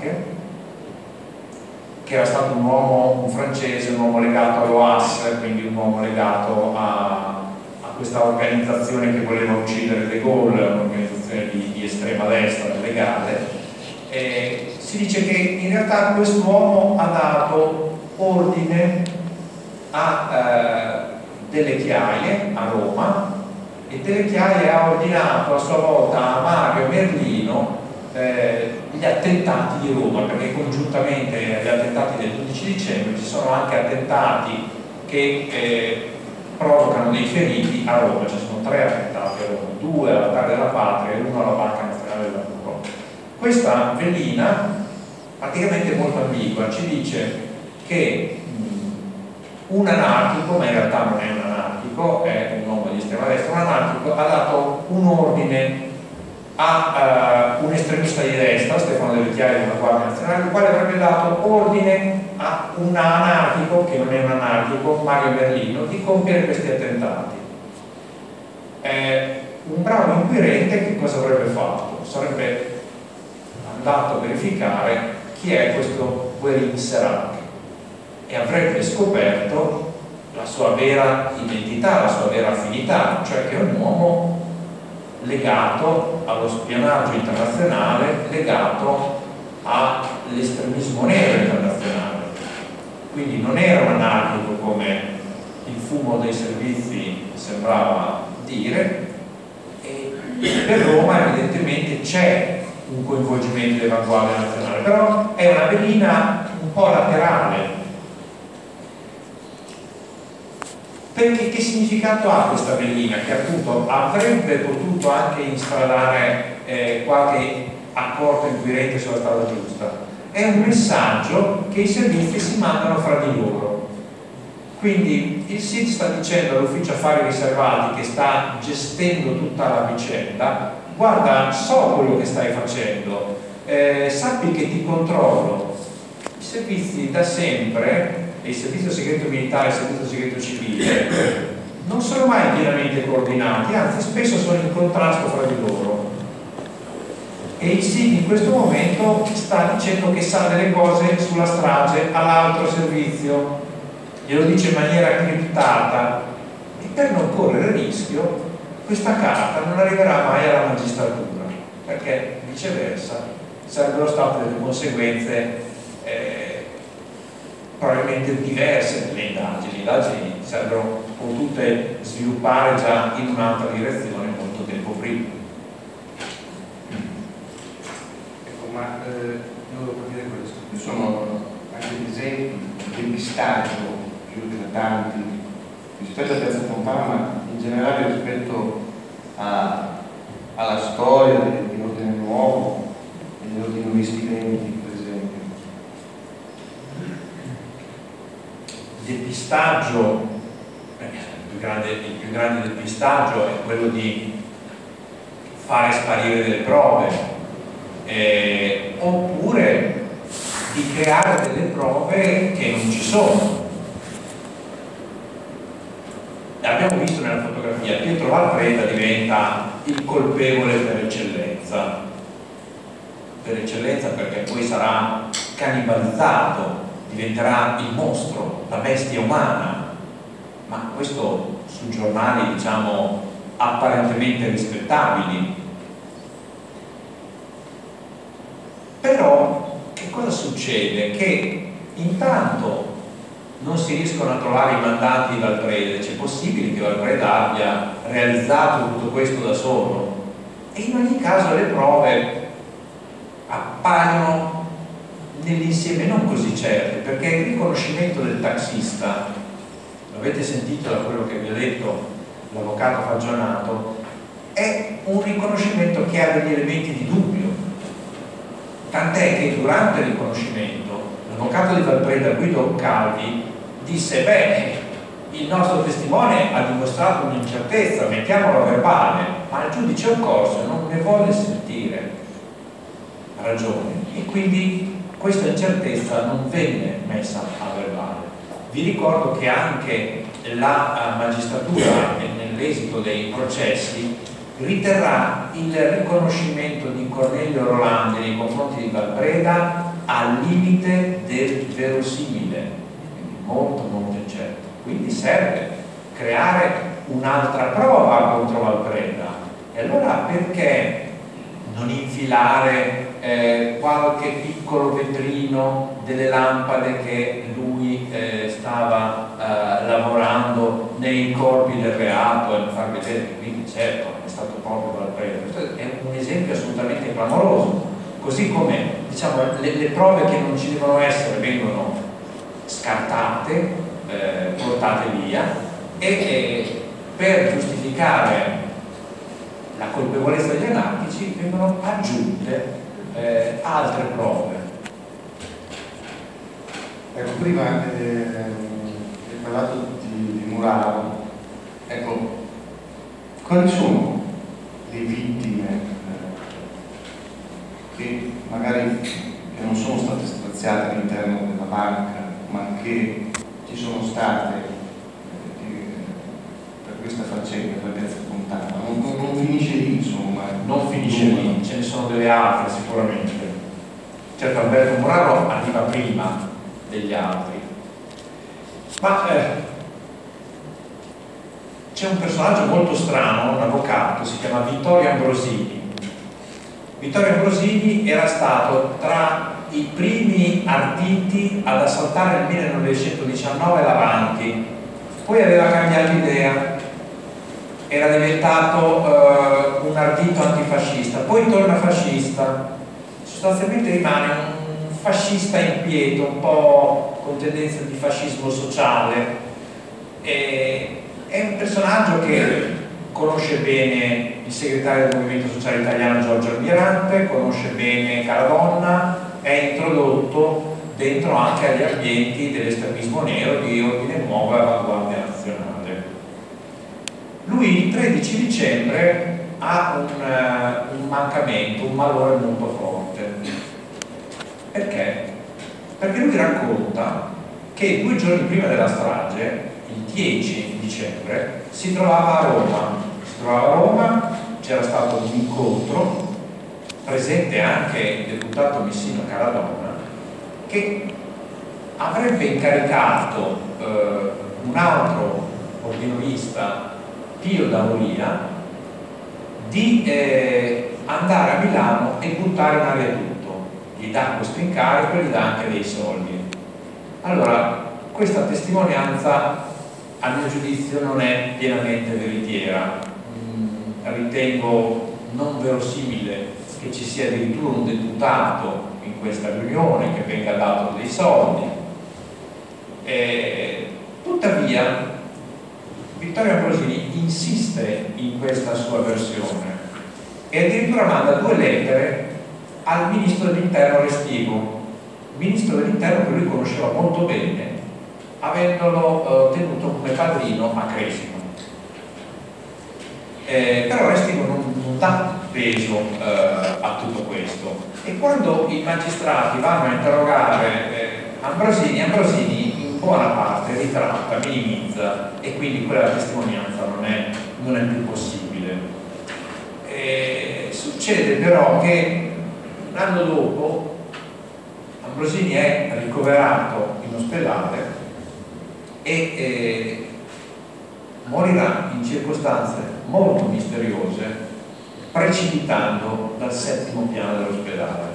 [SPEAKER 3] che era stato un uomo, un francese, un uomo legato all'O A S, quindi un uomo legato a questa organizzazione che voleva uccidere De Gaulle, un'organizzazione di, di estrema destra legale. E si dice che in realtà quest'uomo ha dato ordine a eh, Delle Chiaie a Roma, e Delle Chiaie ha ordinato a sua volta a Mario Merlino eh, gli attentati di Roma, perché congiuntamente agli attentati del dodici dicembre ci sono anche attentati che eh, provocano dei feriti a Roma. Ci sono tre attentati a Roma, due all'Altare della Patria e uno alla Banca Nazionale del Lavoro. Questa velina praticamente è molto ambigua, ci dice che mh, un anarchico, ma in realtà non è un anarchico, è un uomo di estrema destra, un anarchico ha dato un ordine a uh, un estremista di destra, Stefano Delle Chiaie della Guardia Nazionale, il quale avrebbe dato ordine a un anarchico, che non è un anarchico, Mario Merlino, di compiere questi attentati. Eh, un bravo inquirente che cosa avrebbe fatto? Sarebbe andato a verificare chi è questo Göran Serac e avrebbe scoperto la la sua vera identità, la sua vera affinità, cioè che è un uomo legato allo spionaggio internazionale, legato all'estremismo nero internazionale. Quindi non era un anarchico come il fumo dei servizi sembrava dire, e per Roma evidentemente c'è un coinvolgimento delle avanguardie nazionali, però è una velina un po' laterale. Perché che significato ha questa velina? Che appunto avrebbe potuto anche instradare eh, qualche accordo inquirente sulla strada giusta. È un messaggio che i servizi si mandano fra di loro. Quindi il S I D sta dicendo all'ufficio affari riservati, che sta gestendo tutta la vicenda: guarda, so quello che stai facendo, eh, sappi che ti controllo. I servizi da sempre, e il servizio segreto militare e il servizio segreto civile, non sono mai pienamente coordinati, anzi spesso sono in contrasto fra di loro. E il S I D in questo momento sta dicendo che sa delle cose sulla strage all'altro servizio, glielo dice in maniera criptata, e per non correre rischio questa carta non arriverà mai alla magistratura, perché viceversa sarebbero state delle conseguenze eh, probabilmente diverse delle indagini. Le indagini sarebbero potute sviluppare già in un'altra direzione molto tempo prima.
[SPEAKER 4] Ecco, ma eh, io volevo capire questo. Ci sono anche esempi di depistaggio più eclatanti rispetto a Piazza Fontana, ma in generale rispetto a, alla storia di, di Ordine Nuovo e degli ordinaristi venti, per esempio.
[SPEAKER 3] Depistaggio, eh, il, più grande, il più grande depistaggio è quello di fare sparire delle prove, eh, oppure di creare delle prove che non ci sono. Abbiamo visto nella fotografia, Pietro Valpreda diventa il colpevole per eccellenza, per eccellenza perché poi sarà cannibalizzato, diventerà il mostro, la bestia umana, ma questo su giornali diciamo apparentemente rispettabili. Però che cosa succede? Che intanto non si riescono a trovare i mandati di Valpreda. C'è possibile che Valpreda abbia realizzato tutto questo da solo? E in ogni caso le prove appaiono nell'insieme non così certe, perché il riconoscimento del taxista, l'avete sentito da quello che vi ha detto l'avvocato Fagionato, è un riconoscimento che ha degli elementi di dubbio, tant'è che durante il riconoscimento l'avvocato di Valpreda, Guido Calvi, disse: beh, il nostro testimone ha dimostrato un'incertezza, mettiamolo a verbale, ma il giudice occorso non ne vuole sentire ragione, e quindi questa incertezza non venne messa a verbale. Vi ricordo che anche la magistratura, nell'esito dei processi, riterrà il riconoscimento di Cornelio Rolandi nei confronti di Valpreda al limite del verosimile, quindi molto molto incerto. Quindi serve creare un'altra prova contro Valpreda. E allora perché non infilare eh, qualche piccolo vetrino delle lampade che lui eh, stava eh, lavorando nei corpi del reato e far vedere che quindi certo è stato proprio Valpreda? Questo è un esempio assolutamente clamoroso. Così come diciamo, le, le prove che non ci devono essere vengono scartate, eh, portate via, e eh, per giustificare la colpevolezza degli anarchici vengono aggiunte eh, altre prove.
[SPEAKER 4] Ecco, prima eh, hai parlato di, di Muraro. Ecco, quali sono le vittime eh, che magari che non sono state straziate all'interno della banca, ma che ci sono state eh, che, per questa faccenda, per Piazza Fontana? Non, non, non finisce lì, insomma.
[SPEAKER 3] Non finisce lì, ce ne sono delle altre sicuramente. Certo, Alberto Muraro arriva prima degli altri, ma eh, c'è un personaggio molto strano, un avvocato, si chiama Vittorio Ambrosini. Vittorio Ambrosini era stato tra i primi arditi ad assaltare nel millenovecentodiciannove l'Avanti, poi aveva cambiato idea, era diventato eh, un ardito antifascista, poi torna fascista, sostanzialmente rimane un fascista inquieto, un po' con tendenze di fascismo sociale. E è un personaggio che conosce bene il segretario del Movimento Sociale Italiano Giorgio Almirante, conosce bene Caradonna, è introdotto dentro anche agli ambienti dell'estremismo nero di Ordine Nuovo e Avanguardia Nazionale. Lui il tredici dicembre ha un, un mancamento, un malore molto forte. Perché? Perché lui racconta che due giorni prima della strage, il dieci dicembre, si trovava a Roma. Si trovava a Roma, c'era stato un incontro, presente anche il deputato Messino Caradonna, che avrebbe incaricato eh, un altro ordinolista, Pio D'Auria, di eh, andare a Milano e buttare in aria tutto. Gli dà questo incarico e gli dà anche dei soldi. Allora, questa testimonianza a mio giudizio non è pienamente veritiera. Mm, ritengo non verosimile che ci sia addirittura un deputato in questa riunione che venga dato dei soldi. E, tuttavia Vittorio Ambrosini insiste in questa sua versione e addirittura manda due lettere al ministro dell'interno Restivo, ministro dell'interno che lui conosceva molto bene, avendolo eh, tenuto come padrino a Cresimo. Eh, però Restivo non, non dà peso eh, a tutto questo, e quando i magistrati vanno a interrogare eh, Ambrosini, Ambrosini in buona parte ritratta, minimizza, e quindi quella testimonianza non è, non è più possibile. Eh, succede però che un anno dopo Ambrosini è ricoverato in ospedale e eh, morirà in circostanze molto misteriose, precipitando dal settimo piano dell'ospedale.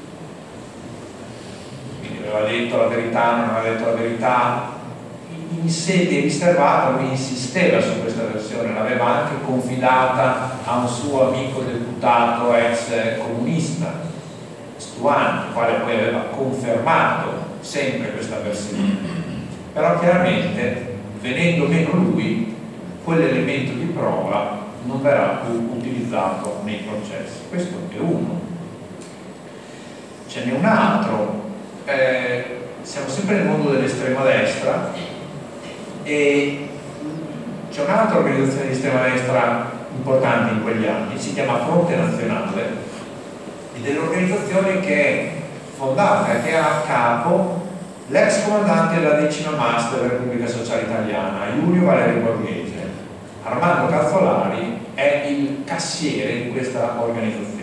[SPEAKER 3] Quindi aveva detto la verità, non aveva detto la verità. In sede riservata lui insisteva su questa versione, l'aveva anche confidata a un suo amico deputato ex comunista, Stuani, il quale poi aveva confermato sempre questa versione. Però chiaramente, venendo meno lui, quell'elemento di prova non verrà più utilizzato nei processi. Questo è uno. Ce n'è un altro. Eh, siamo sempre nel mondo dell'estrema destra e c'è un'altra organizzazione di estrema destra importante in quegli anni, si chiama Fronte Nazionale, ed è l'organizzazione che è fondata, che ha a capo l'ex comandante della decima M A S della Repubblica Sociale Italiana, Giulio Valerio Borghese. Armando Cazzolari è il cassiere di questa organizzazione,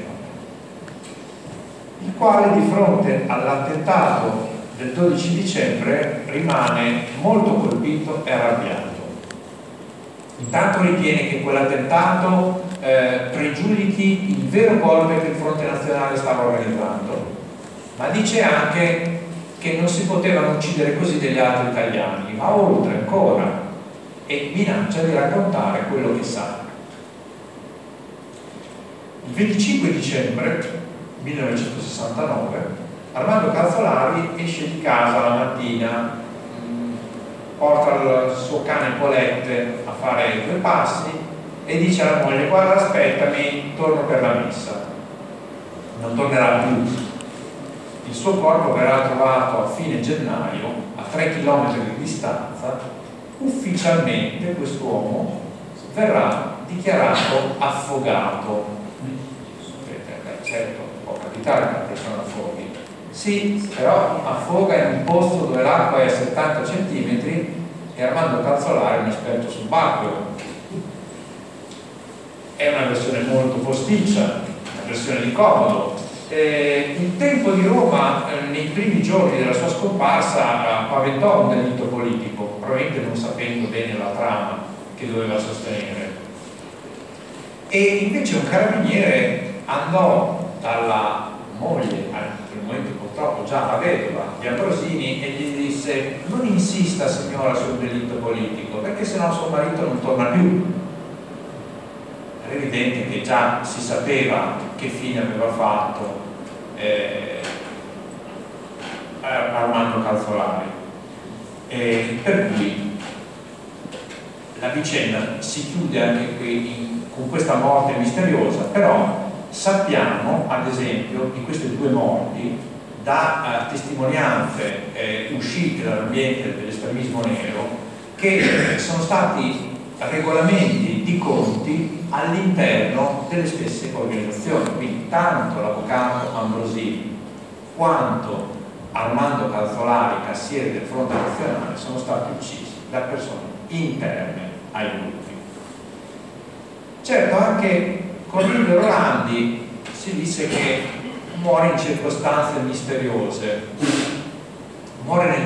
[SPEAKER 3] il quale di fronte all'attentato del dodici dicembre rimane molto colpito e arrabbiato. Intanto ritiene che quell'attentato eh, pregiudichi il vero golpe che il Fronte Nazionale stava organizzando, ma dice anche che non si potevano uccidere così degli altri italiani, ma oltre ancora, e minaccia di raccontare quello che sa. Il venticinque dicembre millenovecentosessantanove Armando Cazzolari esce di casa la mattina, mh, porta il suo cane Polette a fare due passi e dice alla moglie: guarda, aspettami, torno per la messa. Non tornerà più. Il suo corpo verrà trovato a fine gennaio a tre chilometri di distanza. Ufficialmente quest'uomo verrà dichiarato affogato. Certo, può capitare che una persona affoghi, sì, però affoga in un posto dove l'acqua è a settanta centimetri e Armando Cazzolari è un esperto subacqueo. È una versione molto posticcia, una versione di comodo. Eh, il Tempo di Roma eh, nei primi giorni della sua scomparsa eh, paventò un delitto politico, probabilmente non sapendo bene la trama che doveva sostenere. E invece un carabiniere andò dalla moglie, in quel momento purtroppo già la vedova di Ambrosini, e gli disse: non insista signora sul delitto politico, perché sennò suo marito non torna più. Era evidente che già si sapeva che fine aveva fatto eh, Armando Calzolari, e per cui la vicenda si chiude anche qui in, con questa morte misteriosa. Però sappiamo ad esempio di queste due morti da eh, testimonianze eh, uscite dall'ambiente dell'estremismo nero, che sono stati regolamenti di conti all'interno delle stesse organizzazioni. Quindi tanto l'avvocato Ambrosini quanto Armando Calzolari, cassiere del Fronte Nazionale, sono stati uccisi da persone interne ai gruppi. Certo, anche Cornelio Rolandi si disse che muore in circostanze misteriose. Muore nel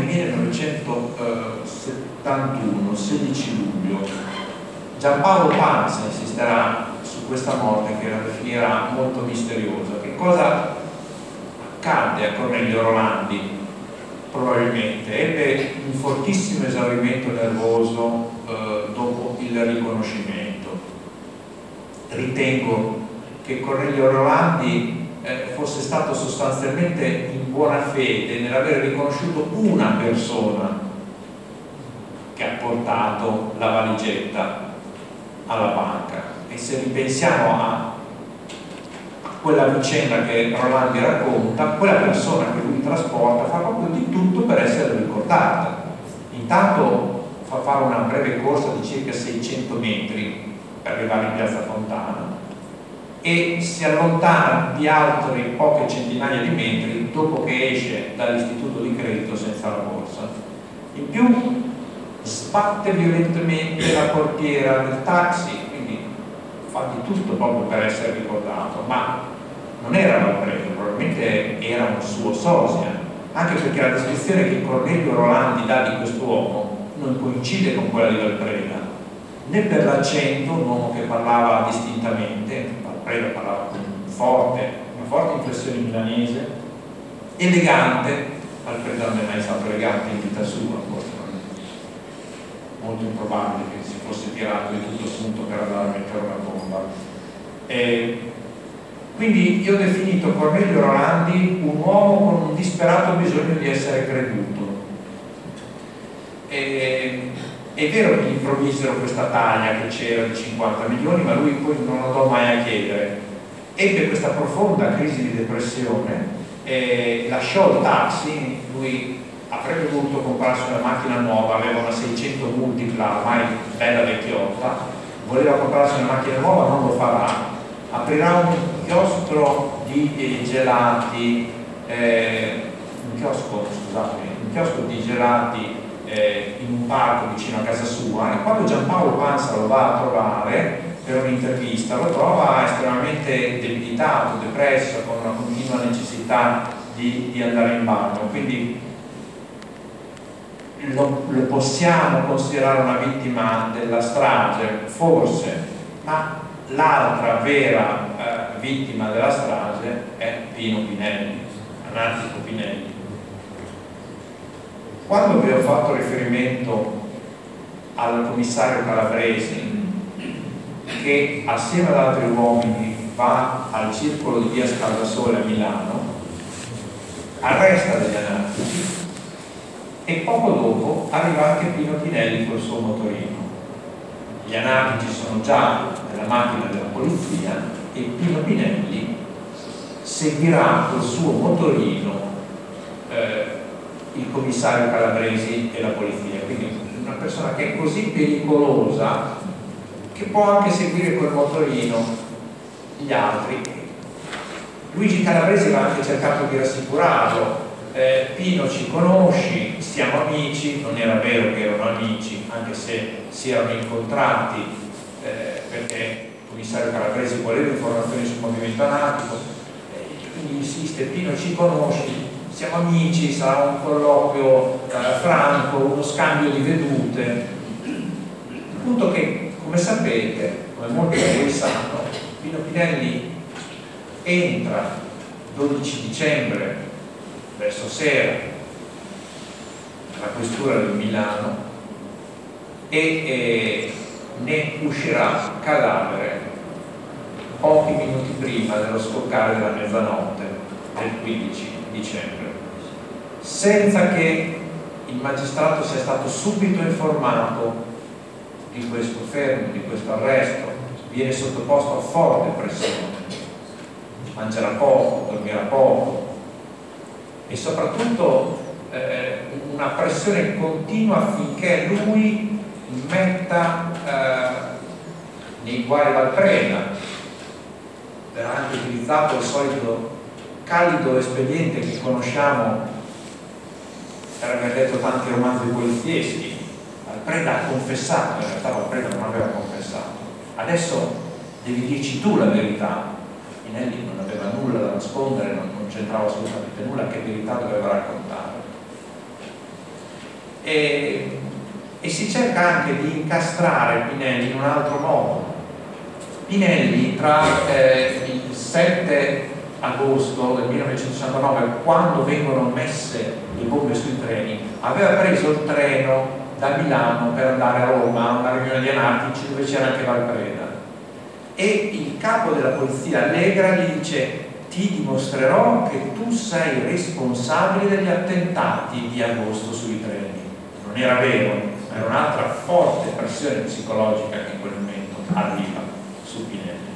[SPEAKER 3] millenovecentosettantuno, sedici luglio. Giampaolo Pansa insisterà su questa morte, che la definirà molto misteriosa. Che cosa accadde a Cornelio Rolandi? Probabilmente ebbe un fortissimo esaurimento nervoso eh, dopo il riconoscimento. Ritengo che Cornelio Rolandi eh, fosse stato sostanzialmente in buona fede nell'aver riconosciuto una persona che ha portato la valigetta alla banca. E se ripensiamo a quella vicenda che Rolandi racconta, quella persona che lui trasporta fa proprio di tutto per essere ricordata. Intanto fa fare una breve corsa di circa seicento metri per arrivare in piazza Fontana e si allontana di altri poche centinaia di metri dopo che esce dall'istituto di credito senza la borsa. In più sbatte violentemente la portiera del taxi, quindi fa di tutto proprio per essere ricordato, ma non era Valpredo, probabilmente era un suo sosia, anche perché la descrizione che Cornelio Rolandi dà di quest'uomo non coincide con quella di Valpreda, né per l'accento, un uomo che parlava distintamente. Valpreda parlava con forte, una forte inflessione milanese, elegante. Valpreda non è mai stato elegante in vita sua, forse molto improbabile che si fosse tirato di tutto spunto per andare a mettere una bomba. E quindi io ho definito Cornelio Rolandi un uomo con un disperato bisogno di essere creduto. E, è vero che gli provvisero questa taglia che c'era di cinquanta milioni, ma lui poi non andò mai a chiedere. Ebbe questa profonda crisi di depressione, e lasciò il taxi. Lui avrebbe voluto comprarsi una macchina nuova, aveva una seicento multipla ormai bella vecchiotta, voleva comprarsi una macchina nuova, non lo farà, aprirà un chiosco di eh, gelati, eh, un chiosco, scusatemi, un chiosco di gelati eh, in un parco vicino a casa sua, e quando Giampaolo Pansa lo va a trovare per un'intervista lo trova estremamente debilitato, depresso, con una continua necessità di, di andare in bagno. Quindi Lo, lo possiamo considerare una vittima della strage? Forse, ma l'altra vera eh, vittima della strage è Pino Pinelli, anarchico Pinelli. Quando vi ho fatto riferimento al commissario Calabresi, che assieme ad altri uomini va al circolo di via Scaldasole a Milano, arresta degli anarchici, e poco dopo arriva anche Pino Pinelli col suo motorino. Gli anarchici sono già nella macchina della polizia e Pino Pinelli seguirà col suo motorino eh, il commissario Calabresi e la polizia. Quindi una persona che è così pericolosa che può anche seguire col motorino gli altri. Luigi Calabresi aveva anche cercato di rassicurarlo. Eh, Pino, ci conosci, siamo amici. Non era vero che erano amici, anche se si erano incontrati eh, perché il commissario Calabresi voleva informazioni sul movimento anarchico, eh, quindi insiste: Pino, ci conosci, siamo amici, sarà un colloquio eh, franco, uno scambio di vedute. Il punto che Come sapete, come molti di voi sanno, Pino Pinelli entra dodici dicembre verso sera alla questura di Milano e eh, ne uscirà cadavere pochi minuti prima dello scoccare della mezzanotte del quindici dicembre, senza che il magistrato sia stato subito informato di questo fermo, di questo arresto. Viene sottoposto a forte pressione, mangerà poco, dormirà poco e soprattutto eh, una pressione continua affinché lui metta eh, nei guai Valpreda. Verrà anche utilizzato il solito calido espediente che conosciamo per aver letto tanti romanzi polizieschi. Valpreda ha confessato, in realtà Valpreda non aveva confessato. Adesso devi dirci tu la verità. Pinelli non aveva nulla da nascondere, non, non c'entrava assolutamente nulla, che verità doveva raccontare. E, e si cerca anche di incastrare Pinelli in un altro modo. Pinelli tra eh, il sette agosto del millenovecentosessantanove, quando vengono messe le bombe sui treni, aveva preso il treno da Milano per andare a Roma a una riunione di anarchici dove c'era anche Valpreda, e il capo della polizia Allegra gli dice: ti dimostrerò che tu sei responsabile degli attentati di agosto sui treni. Non era vero, ma era un'altra forte pressione psicologica che in quel momento arriva su Pinelli.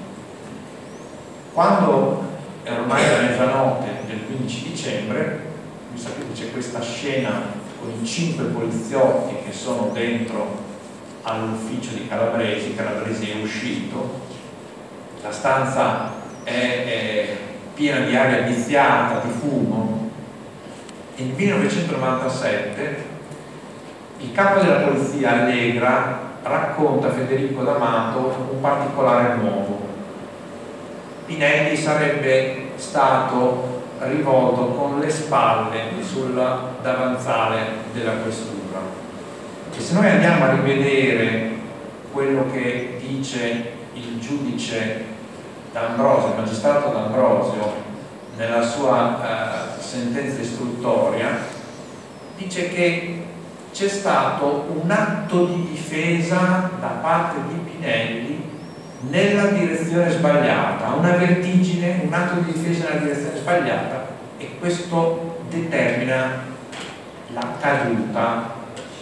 [SPEAKER 3] Quando è ormai la mezzanotte del quindici dicembre, vi sapete, c'è questa scena con i cinque poliziotti che sono dentro all'ufficio di Calabresi. Calabresi è uscito, la stanza è, è piena di aria viziata, di fumo, e nel millenovecentonovantasette il capo della polizia Allegra racconta a Federico D'Amato un particolare nuovo. Pinelli sarebbe stato rivolto con le spalle sul davanzale della questura, e se noi andiamo a rivedere quello che dice il giudice D'Ambrosio, il magistrato D'Ambrosio, nella sua eh, sentenza istruttoria, dice che c'è stato un atto di difesa da parte di Pinelli nella direzione sbagliata, una vertigine, un atto di difesa nella direzione sbagliata, e questo determina la caduta,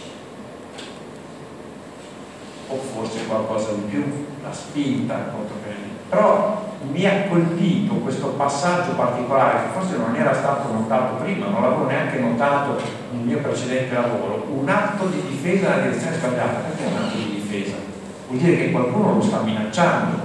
[SPEAKER 3] o forse qualcosa di più, la spinta contro Pinelli. Però mi ha colpito questo passaggio particolare, che forse non era stato notato prima, non l'avevo neanche notato nel mio precedente lavoro: un atto di difesa nella direzione sbagliata. Perché è un atto di difesa? Vuol dire che qualcuno lo sta minacciando.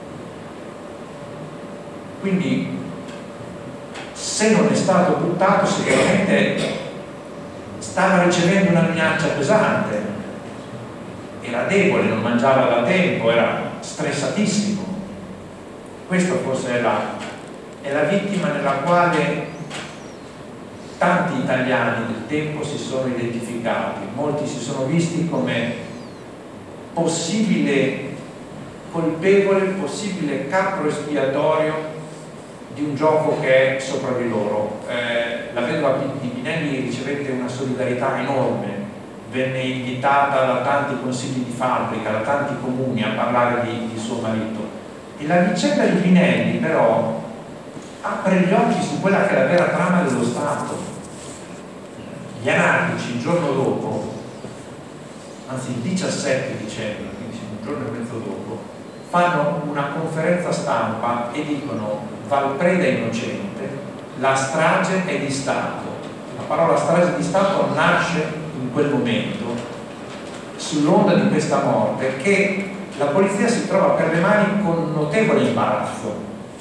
[SPEAKER 3] Quindi, se non è stato buttato, sicuramente stava ricevendo una minaccia pesante, era debole, non mangiava da tempo, era stressatissimo. Questa forse è la, è la vittima nella quale tanti italiani del tempo si sono identificati. Molti si sono visti come possibile colpevole, possibile capro espiatorio di un gioco che è sopra di loro. Eh, la vedova di Pinelli ricevette una solidarietà enorme, venne invitata da tanti consigli di fabbrica, da tanti comuni a parlare di, di suo marito. E la vicenda di Pinelli però apre gli occhi su quella che è la vera trama dello Stato. Gli anarchici il giorno dopo, anzi il diciassette dicembre, quindi un giorno e mezzo dopo, fanno una conferenza stampa e dicono: Valpreda è innocente, la strage è di Stato. La parola strage di Stato nasce in quel momento, sull'onda di questa morte, che la polizia si trova per le mani con notevole imbarazzo.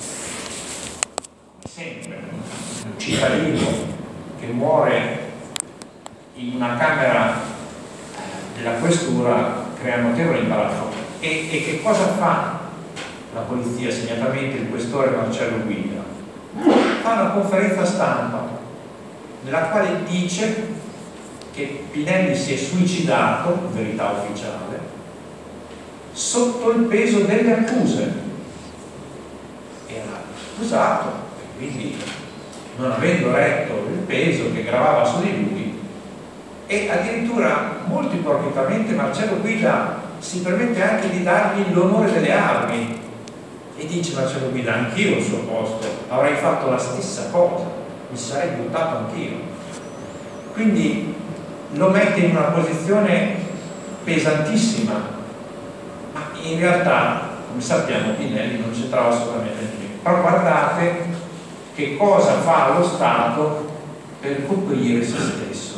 [SPEAKER 3] Sempre un cittadino che muore in una camera della questura crea notevole imbarazzo. E, e che cosa fa la polizia, segnatamente il questore Marcello Guida? Fa una conferenza stampa nella quale dice che Pinelli si è suicidato, verità ufficiale, sotto il peso delle accuse. Era accusato e quindi, non avendo retto il peso che gravava su di lui, e addirittura molto ipocriticamente Marcello Guida si permette anche di dargli l'onore delle armi e dice Marcello Guida: anch'io al suo posto avrei fatto la stessa cosa, mi sarei buttato anch'io. Quindi lo mette in una posizione pesantissima, ma in realtà, come sappiamo, Pinelli non c'entrava assolutamente niente. Però guardate che cosa fa lo Stato per coprire se stesso.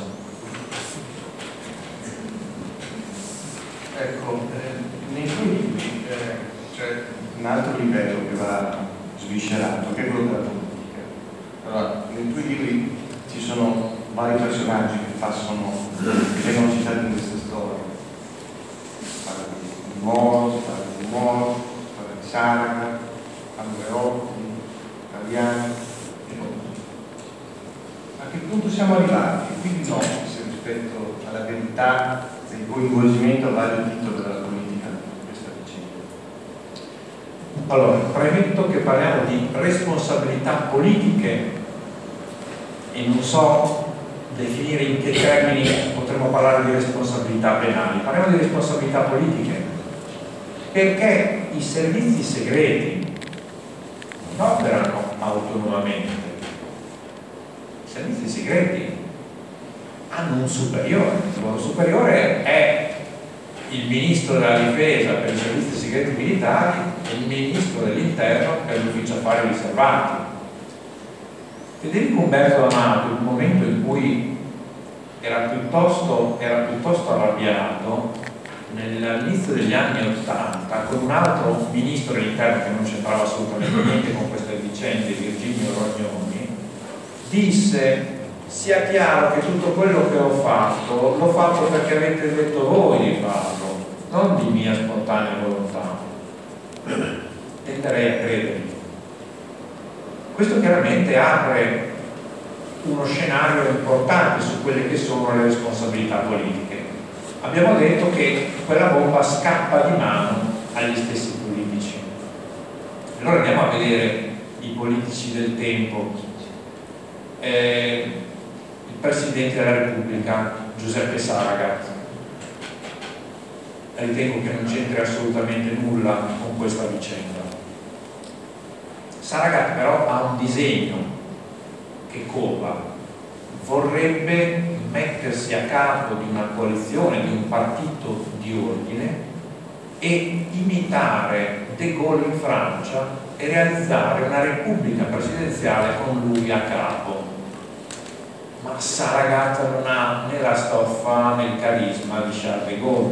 [SPEAKER 4] Ecco, eh, nei suoi libri eh, c'è un altro livello che va sviscerato, che è quello della politica. Allora, nei tuoi libri ci sono vari personaggi che passano, che vengono citati in questa storia. Si parla di Moro, si parla di Moro, si parla di Saragat, Andreotti, Taviani. A che punto siamo arrivati? Quindi no, se rispetto alla verità del coinvolgimento a vario titolo della politica in questa vicenda.
[SPEAKER 3] Allora, premetto che parliamo di responsabilità politiche e non so definire in che termini potremmo parlare di responsabilità penali. Parliamo di responsabilità politiche perché i servizi segreti non operano autonomamente. I servizi segreti hanno un superiore, il loro superiore è il ministro della difesa per i servizi segreti militari e il ministro dell'interno per l'ufficio affari riservati. Federico Umberto D'Amato, in un momento in cui era piuttosto, era piuttosto arrabbiato, all'inizio degli anni Ottanta, con un altro ministro dell'interno che non c'entrava assolutamente niente con queste vicende, Virginio Rognoni, disse: sia chiaro che tutto quello che ho fatto l'ho fatto perché avete detto voi di farlo, non di mia spontanea volontà. Tenderei a credermi. Questo chiaramente apre uno scenario importante su quelle che sono le responsabilità politiche. Abbiamo detto che quella bomba scappa di mano agli stessi politici. Allora andiamo a vedere i politici del tempo. Eh, il Presidente della Repubblica, Giuseppe Saragat. Ritengo che non c'entri assolutamente nulla con questa vicenda. Saragat però ha un disegno che cova, vorrebbe mettersi a capo di una coalizione, di un partito di ordine e imitare De Gaulle in Francia e realizzare una repubblica presidenziale con lui a capo. Ma Saragat non ha né la stoffa né il carisma di Charles de Gaulle.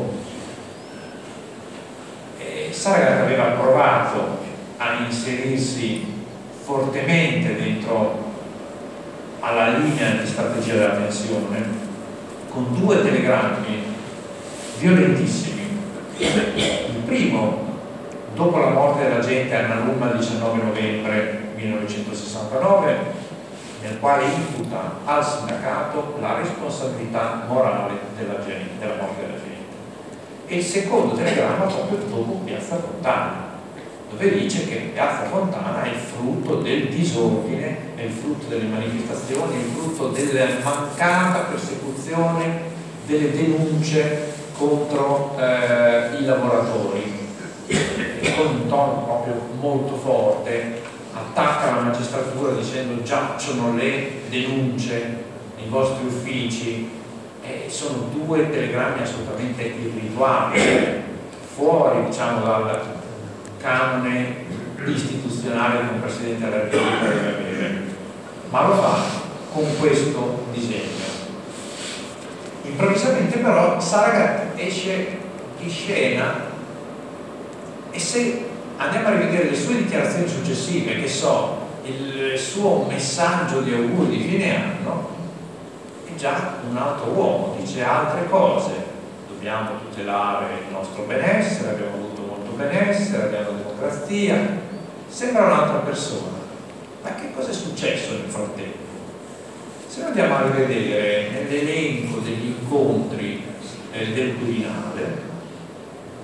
[SPEAKER 3] E Saragat aveva provato a inserirsi fortemente dentro alla linea di strategia della tensione con due telegrammi violentissimi. Il primo, dopo la morte dell'agente Annalumma il diciannove novembre millenovecentosessantanove, nel quale imputa al sindacato la responsabilità morale della, gente, della morte della gente. E il secondo telegramma proprio dopo Piazza Fontana, dove dice che Piazza Fontana è il frutto del disordine, è il frutto delle manifestazioni, è il frutto della mancata persecuzione delle denunce contro eh, i lavoratori. E con un tono proprio molto forte attacca la magistratura dicendo: giacciono le denunce nei vostri uffici. E sono due telegrammi assolutamente irrituali, fuori, diciamo, dal canone istituzionale che un Presidente della Repubblica deve avere, ma lo fa con questo disegno. Improvvisamente però Saragat esce di scena e se andiamo a rivedere le sue dichiarazioni successive, che so, il suo messaggio di auguri di fine anno, è già un altro uomo, dice altre cose: dobbiamo tutelare il nostro benessere, abbiamo avuto molto benessere, abbiamo democrazia. Sembra un'altra persona, ma che cosa è successo nel frattempo? Se noi andiamo a rivedere nell'elenco degli incontri eh, del Quirinale,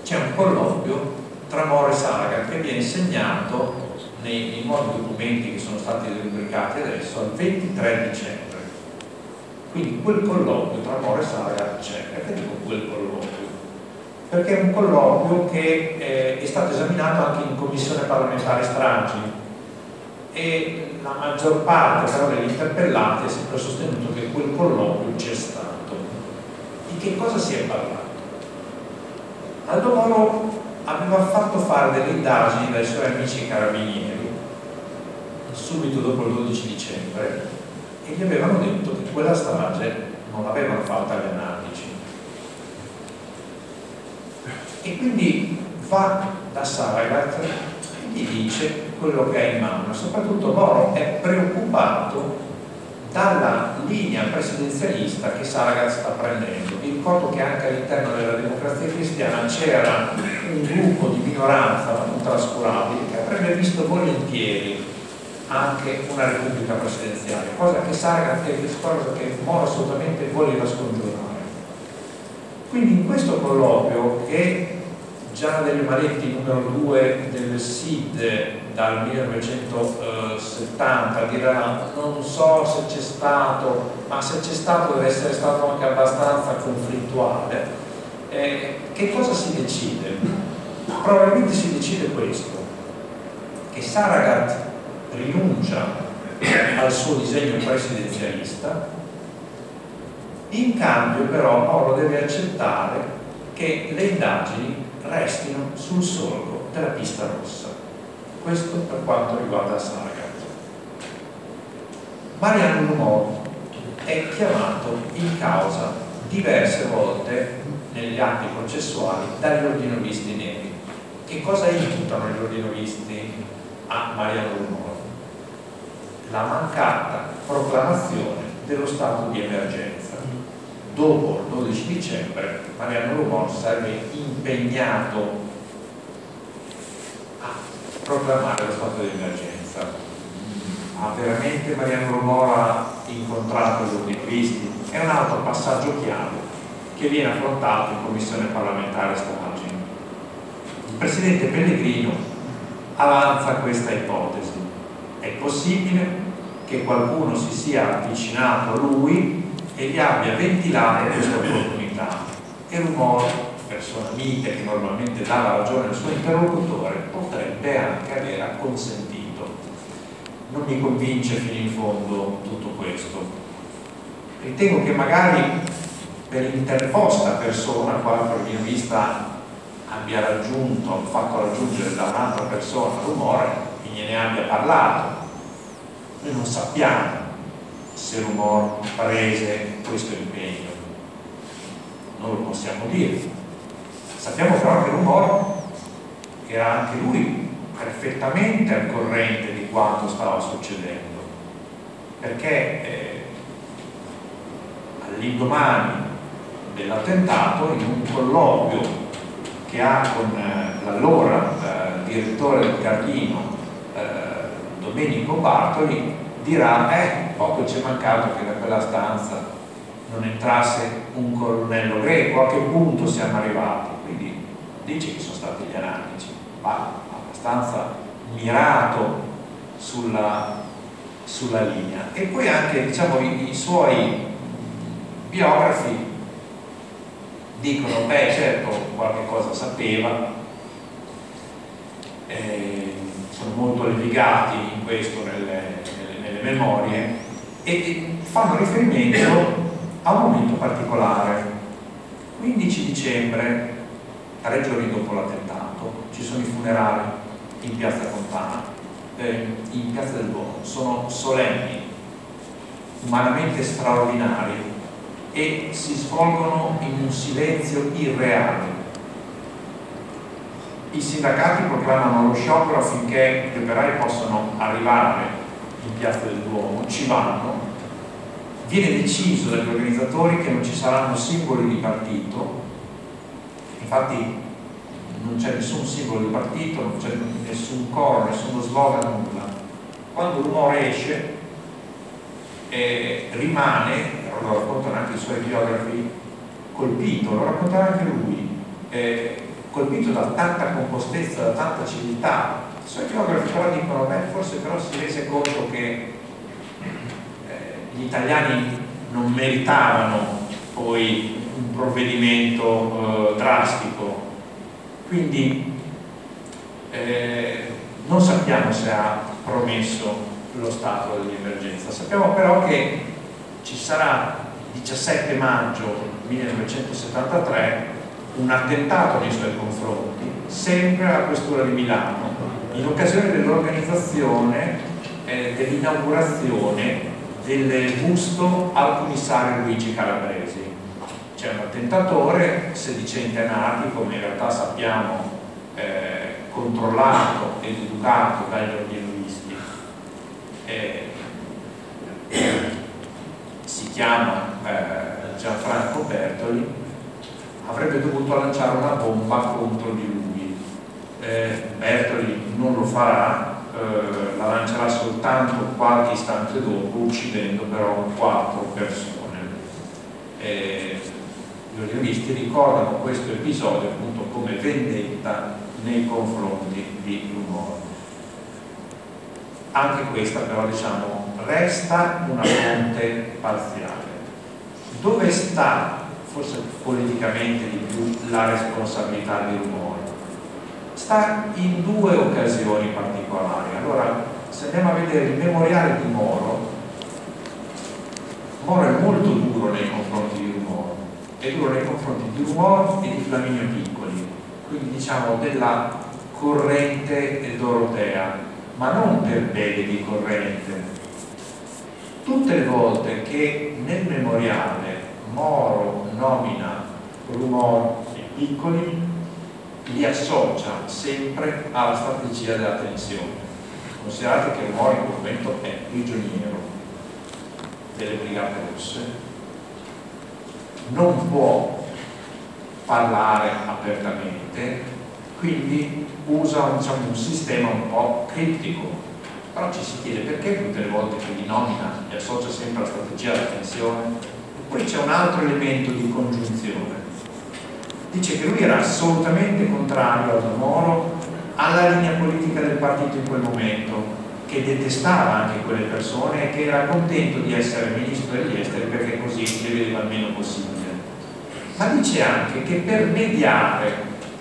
[SPEAKER 3] c'è un colloquio tra Moro e Saragat che viene segnato nei, nei nuovi documenti che sono stati rubricati adesso al ventitré dicembre. Quindi quel colloquio tra Moro e Saragat c'è. Perché dico quel colloquio? Perché è un colloquio che eh, è stato esaminato anche in commissione parlamentare stragi e la maggior parte però degli interpellati ha sempre sostenuto che quel colloquio c'è stato. Di che cosa si è parlato? Aldo Moro aveva fatto fare delle indagini dai suoi amici carabinieri subito dopo il dodici dicembre e gli avevano detto che quella strage non l'avevano fatta gli anarchici. E quindi va da Saragat e gli dice quello che ha in mano. Soprattutto Moro è preoccupato dalla linea presidenzialista che Saragat sta prendendo. Vi ricordo che anche all'interno della Democrazia Cristiana c'era un gruppo di minoranza non trascurabile che avrebbe visto volentieri anche una repubblica presidenziale, cosa che Saragat è cosa che Moro assolutamente voleva scongiurare. Quindi in questo colloquio, che Gianna Delle Maletti numero due del S I D dal millenovecentosettanta dirà non so se c'è stato, ma se c'è stato deve essere stato anche abbastanza conflittuale. Eh, che cosa si decide? Probabilmente si decide questo, che Saragat rinuncia al suo disegno presidenzialista, in cambio però Moro deve accettare che le indagini restino sul solco della pista rossa. Questo per quanto riguarda Saragat. Mariano Rumor è chiamato in causa diverse volte negli atti processuali dagli ordinovisti neri. Che cosa imputano gli ordinovisti a Mariano Rumor? La mancata proclamazione dello stato di emergenza. Dopo il dodici dicembre Mariano Rumor sarebbe impegnato a proclamare lo stato di emergenza. Ha veramente Mariano Rumor incontrato gli ordinovisti? È un altro passaggio chiave che viene affrontato in commissione parlamentare stragi. Il presidente Pellegrino avanza questa ipotesi: è possibile che qualcuno si sia avvicinato a lui e gli abbia ventilato questa opportunità, e Rumor, persona mite che normalmente dava ragione al suo interlocutore, potrebbe anche aver acconsentito. Non mi convince fino in fondo tutto questo. Ritengo che magari per interposta persona qualche ordinoista abbia raggiunto, fatto raggiungere da un'altra persona Rumor e gliene abbia parlato. Noi non sappiamo se Rumor prese questo impegno, non lo possiamo dire. Sappiamo però che Rumor era anche lui perfettamente al corrente di quanto stava succedendo, perché eh, all'indomani dell'attentato, in un colloquio che ha con eh, l'allora eh, direttore del Carlino eh, Domenico Bartoli, dirà eh, poco ci è mancato che da quella stanza non entrasse un colonnello greco, a che punto siamo arrivati? Quindi dice che sono stati gli anarchici, ma abbastanza mirato sulla, sulla linea. E poi anche diciamo i, i suoi biografi dicono beh certo qualche cosa sapeva, eh, sono molto levigati in questo nelle, nelle, nelle memorie, e fanno riferimento a un momento particolare. Quindici dicembre, tre giorni dopo l'attentato, ci sono i funerali in piazza Fontana, eh, in piazza del Duomo. Sono solenni, umanamente straordinari, e si svolgono in un silenzio irreale. I sindacati proclamano lo sciopero affinché gli operai possano arrivare in piazza del Duomo, ci vanno. Viene deciso dagli organizzatori che non ci saranno simboli di partito, infatti non c'è nessun simbolo di partito, non c'è nessun coro, nessuno slogan, nulla. Quando Rumor esce eh, rimane, lo raccontano anche i suoi biografi, colpito, lo racconterà anche lui, eh, colpito da tanta compostezza, da tanta civiltà. I suoi biografi però dicono, beh, forse però si rese conto che eh, gli italiani non meritavano poi un provvedimento eh, drastico, quindi eh, non sappiamo se ha promesso lo stato dell'emergenza. Sappiamo però che ci sarà diciassette maggio millenovecentosettantatré un attentato nei suoi confronti, sempre alla questura di Milano, in occasione dell'organizzazione eh, dell'inaugurazione del busto al commissario Luigi Calabresi. C'è un attentatore sedicentennati, come in realtà sappiamo, eh, controllato ed educato dagli ordinovisti. Eh, si chiama eh, Gianfranco Bertoli, avrebbe dovuto lanciare una bomba contro di lui. Eh, Bertoli non lo farà, eh, la lancerà soltanto qualche istante dopo, uccidendo però quattro persone. Eh, gli ordinovisti ricordano questo episodio appunto come vendetta nei confronti di Rumor. Anche questa però, diciamo, resta una fonte parziale. Dove sta, forse politicamente di più, la responsabilità di Rumor? Sta in due occasioni particolari. Allora, se andiamo a vedere il memoriale di Moro, Moro è molto duro nei confronti di Rumor, è duro nei confronti di Rumor e di Flaminio Piccoli, quindi diciamo della corrente dorotea, ma non per bene di corrente. Tutte le volte che nel memoriale Moro nomina Rumor e Piccoli, li associa sempre alla strategia della tensione. Considerate che Rumor in quel momento è prigioniero delle Brigate Rosse, non può parlare apertamente, quindi usa diciamo, un sistema un po' criptico. Però ci si chiede perché tutte le volte che li nomina li associa sempre alla strategia della tensione. E poi c'è un altro elemento di congiunzione. Dice che lui era assolutamente contrario a Moro, alla linea politica del partito in quel momento, che detestava anche quelle persone e che era contento di essere ministro degli esteri perché così le vedeva il meno possibile. Ma dice anche che per mediare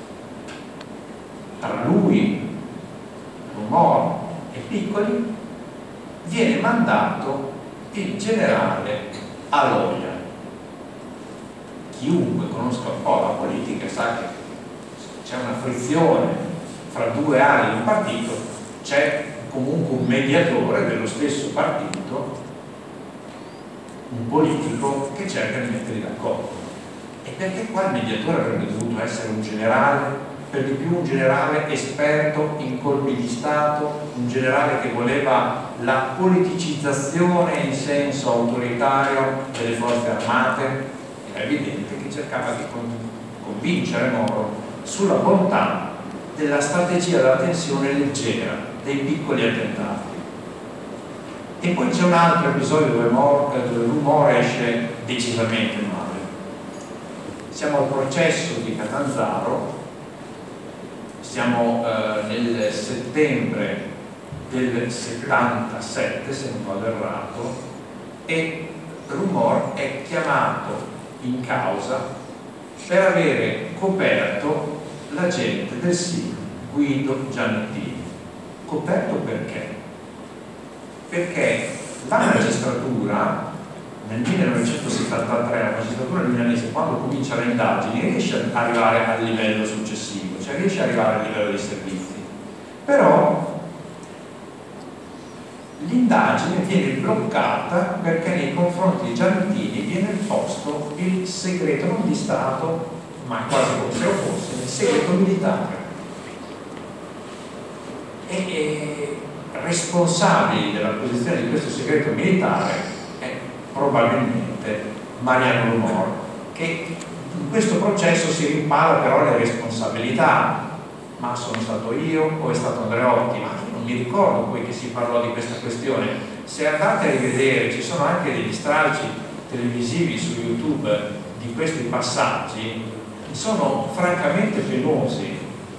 [SPEAKER 3] tra lui, Rumor e Piccoli viene mandato il generale Aloia. Chiunque conosca un po' la politica sa che c'è una frizione fra due aree di un partito, c'è comunque un mediatore dello stesso partito, un politico che cerca di metterli d'accordo. E perché qua il mediatore avrebbe dovuto essere un generale, per di più un generale esperto in colpi di Stato, un generale che voleva la politicizzazione in senso autoritario delle forze armate? Era evidente che cercava di convincere Moro sulla bontà della strategia della tensione leggera, dei piccoli attentati. E poi c'è un altro episodio dove, Moro, dove Rumor esce decisamente male. Siamo al processo di Catanzaro, siamo eh, nel settembre del settantasette, se non vado errato, e Rumor è chiamato in causa per avere coperto l'agente del S I N Guido Giannettini. Coperto perché? Perché la magistratura nel millenovecentosettantatré, la magistratura milanese, quando comincia le indagini, riesce ad arrivare al livello successivo, cioè riesce ad arrivare al livello dei servizi, però l'indagine viene bloccata perché nei confronti di Giannettini viene posto il segreto non di Stato, ma quasi come se lo fosse, il segreto militare. E, e responsabili dell'acquisizione di questo segreto militare è probabilmente Mariano Rumor, che in questo processo si rimpara però le responsabilità. Ma sono stato io o è stato Andreotti? Ma io non mi ricordo poi che si parlò di questa questione. Se andate a rivedere, ci sono anche degli stralci televisivi su YouTube di questi passaggi, sono francamente penosi.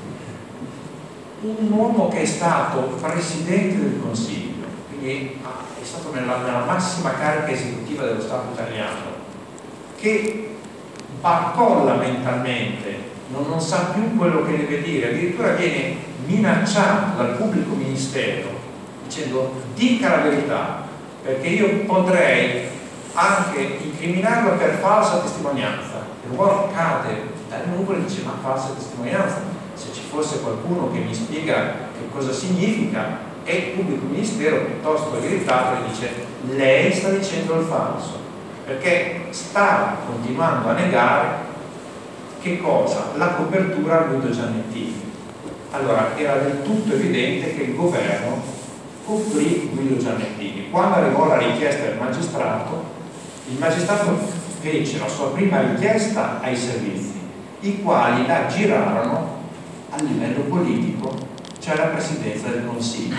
[SPEAKER 3] Un uomo che è stato Presidente del Consiglio, quindi è stato nella, nella massima carica esecutiva dello Stato italiano, che barcolla mentalmente, non, non sa più quello che deve dire, addirittura viene minacciato dal pubblico ministero dicendo dica la verità, perché io potrei anche incriminarlo per falsa testimonianza. Il ruolo cade dalle nuvole e dice ma falsa testimonianza, se ci fosse qualcuno che mi spiega che cosa significa, e il pubblico ministero piuttosto irritato gli dice lei sta dicendo il falso, perché sta continuando a negare che cosa? La copertura a Guido Giannettini. Allora era del tutto evidente che il governo coprì Guido Giannettini. Quando arrivò la richiesta del magistrato, il magistrato fece la sua prima richiesta ai servizi, i quali la girarono a livello politico, cioè alla Presidenza del Consiglio.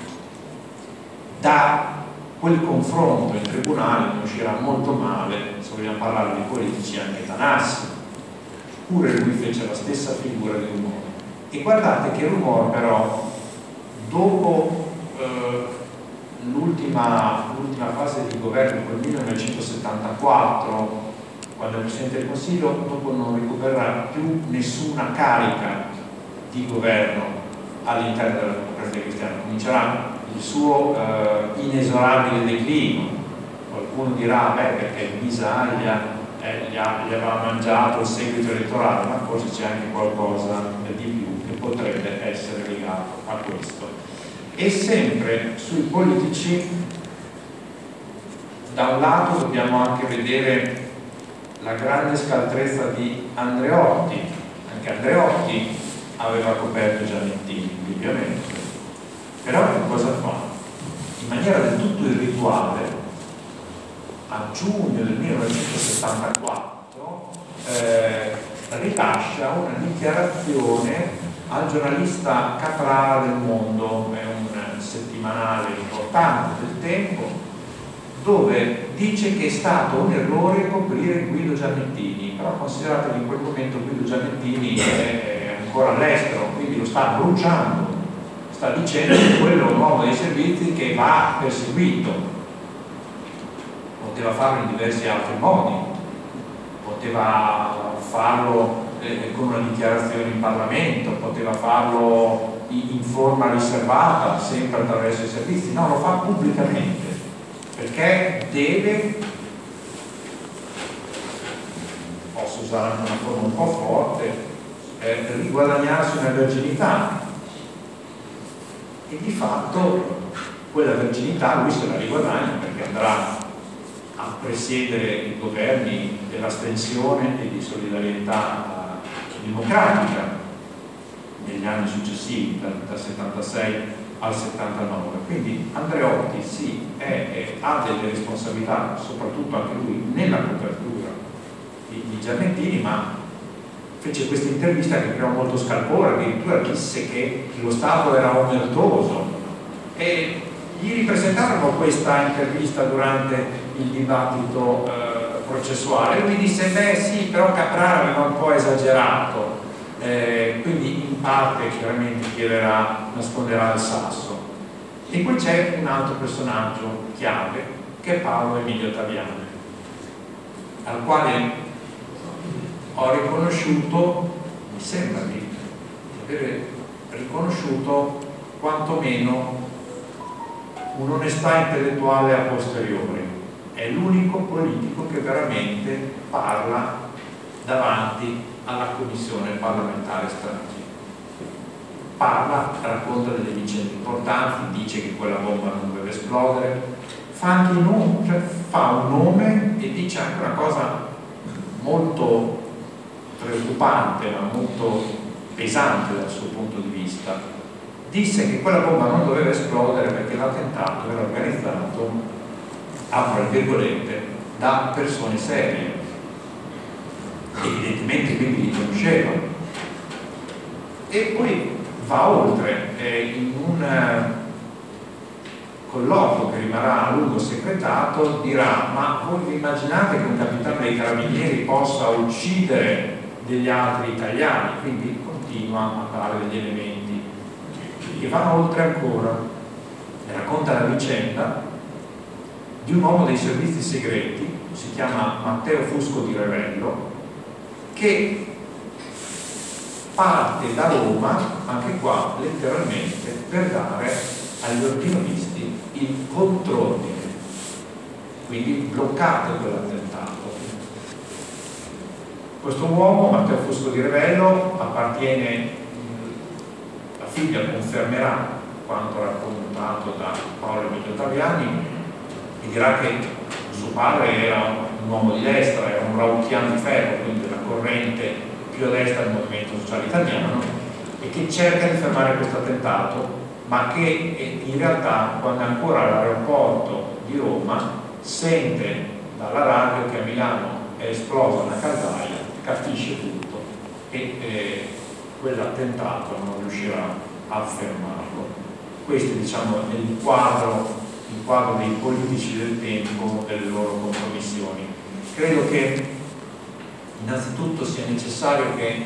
[SPEAKER 3] Da quel confronto in tribunale ne uscirà molto male, se vogliamo parlare di politici, anche Tanassi, pure lui fece la stessa figura di Rumore. E guardate che Rumore però, dopo eh, l'ultima, l'ultima fase di governo, quel millenovecentosettantaquattro, quando è Presidente del Consiglio, dopo non recupererà più nessuna carica di governo all'interno della Democrazia Cristiana. Comincerà il suo eh, inesorabile declino. Qualcuno dirà beh, perché Bisaglia eh, gli, ha, gli aveva mangiato il seguito elettorale, ma forse c'è anche qualcosa di più che potrebbe essere legato a questo. E sempre sui politici, da un lato dobbiamo anche vedere la grande scaltrezza di Andreotti. Anche Andreotti aveva coperto Giannettini, indubbiamente, però che cosa fa? In maniera del tutto irrituale, a giugno del millenovecentosettantaquattro eh, rilascia una dichiarazione al giornalista Caprara del Mondo, è un settimanale importante del tempo, dove dice che è stato un errore coprire Guido Giannettini, però considerate che in quel momento Guido Giannettini è ancora all'estero, quindi lo sta bruciando, sta dicendo che quello è un uomo dei servizi che va perseguito. Poteva farlo in diversi altri modi, poteva farlo eh, con una dichiarazione in Parlamento, poteva farlo in, in forma riservata, sempre attraverso i servizi, no, lo fa pubblicamente, perché deve, posso usare anche una forma un po' forte, eh, riguadagnarsi una verginità, e di fatto quella verginità lui se la riguadagna, perché andrà a presiedere i governi dell'astensione e di solidarietà democratica negli anni successivi, dal, dal settantasei al settantanove. Quindi Andreotti sì, è, è, ha delle responsabilità, soprattutto anche lui nella copertura di, di Giannettini, ma fece questa intervista che creò molto scalpore, addirittura disse che lo Stato era omertoso, e gli ripresentarono questa intervista durante il dibattito eh, processuale. Lui disse beh sì, però Caprara aveva un po' esagerato, eh, quindi in parte chiaramente chiederà, nasconderà il sasso. E poi c'è un altro personaggio chiave che è Paolo Emilio Taviani, al quale ho riconosciuto, mi sembra di aver riconosciuto quantomeno un'onestà intellettuale a posteriori. È l'unico politico che veramente parla davanti alla commissione parlamentare stragi. Parla, racconta delle vicende importanti, dice che quella bomba non doveva esplodere, fa anche un nome, cioè fa un nome e dice anche una cosa molto preoccupante, ma molto pesante dal suo punto di vista. Disse che quella bomba non doveva esplodere perché l'attentato era organizzato, apro le virgolette, da persone serie, evidentemente quindi li conosceva. E poi va oltre, eh, in un eh, colloquio che rimarrà a lungo segretato dirà: ma voi vi immaginate che un capitano dei carabinieri possa uccidere degli altri italiani, quindi continua a dare degli elementi che vanno oltre ancora. E racconta la vicenda di un uomo dei servizi segreti, si chiama Matteo Fusco di Revello, che parte da Roma, anche qua letteralmente, per dare agli ordinionisti il contrordine, quindi bloccate quell'attentato. Questo uomo, Matteo Fusco di Revello, appartiene, la figlia confermerà quanto raccontato da Paolo Emilio Taviani e dirà che suo padre era un uomo di destra, era un rauchiano di ferro, quindi della corrente più a destra del movimento sociale italiano, e che cerca di fermare questo attentato, ma che in realtà, quando è ancora all'aeroporto di Roma, sente dalla radio che a Milano è esplosa una caldaia, capisce tutto e eh, quell'attentato non riuscirà a fermarlo. Questo, diciamo, è il quadro, il quadro dei politici del tempo, delle loro compromissioni. Credo che innanzitutto sia necessario che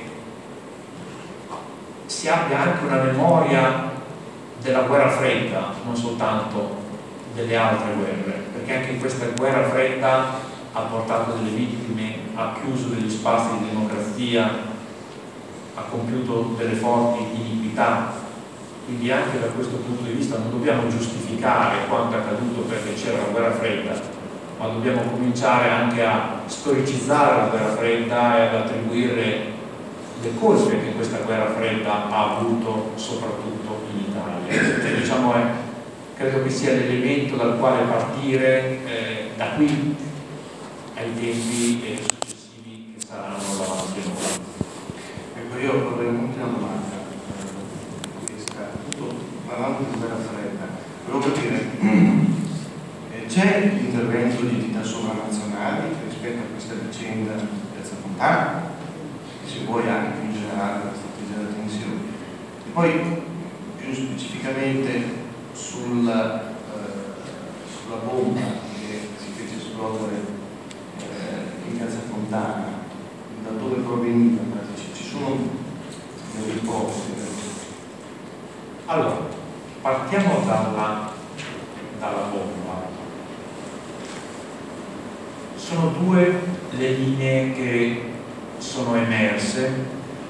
[SPEAKER 3] si abbia anche una memoria della guerra fredda, non soltanto delle altre guerre, perché anche questa guerra fredda ha portato delle vittime, ha chiuso degli spazi di democrazia, ha compiuto delle forti iniquità. Quindi anche da questo punto di vista non dobbiamo giustificare quanto è accaduto perché c'era la guerra fredda, ma dobbiamo cominciare anche a storicizzare la guerra fredda e ad attribuire le colpe che questa guerra fredda ha avuto soprattutto in Italia. Cioè, diciamo, è, credo che sia l'elemento dal quale partire eh, da qui ai tempi eh, successivi che saranno davanti a noi.
[SPEAKER 4] Ecco, io avrei un'ultima domanda. Parlando di guerra fredda, volevo capire, eh, c'è l'intervento di entità sovranazionali rispetto a questa vicenda di Piazza Fontana, e se vuoi anche più in generale la strategia della tensione, e poi più specificamente sul, eh, sulla bomba che si fece esplodere eh, in Piazza Fontana, da dove proveniva, ci, ci sono delle ipotesi.
[SPEAKER 3] Allora, partiamo dalla, dalla bomba. Sono due le linee che sono emerse.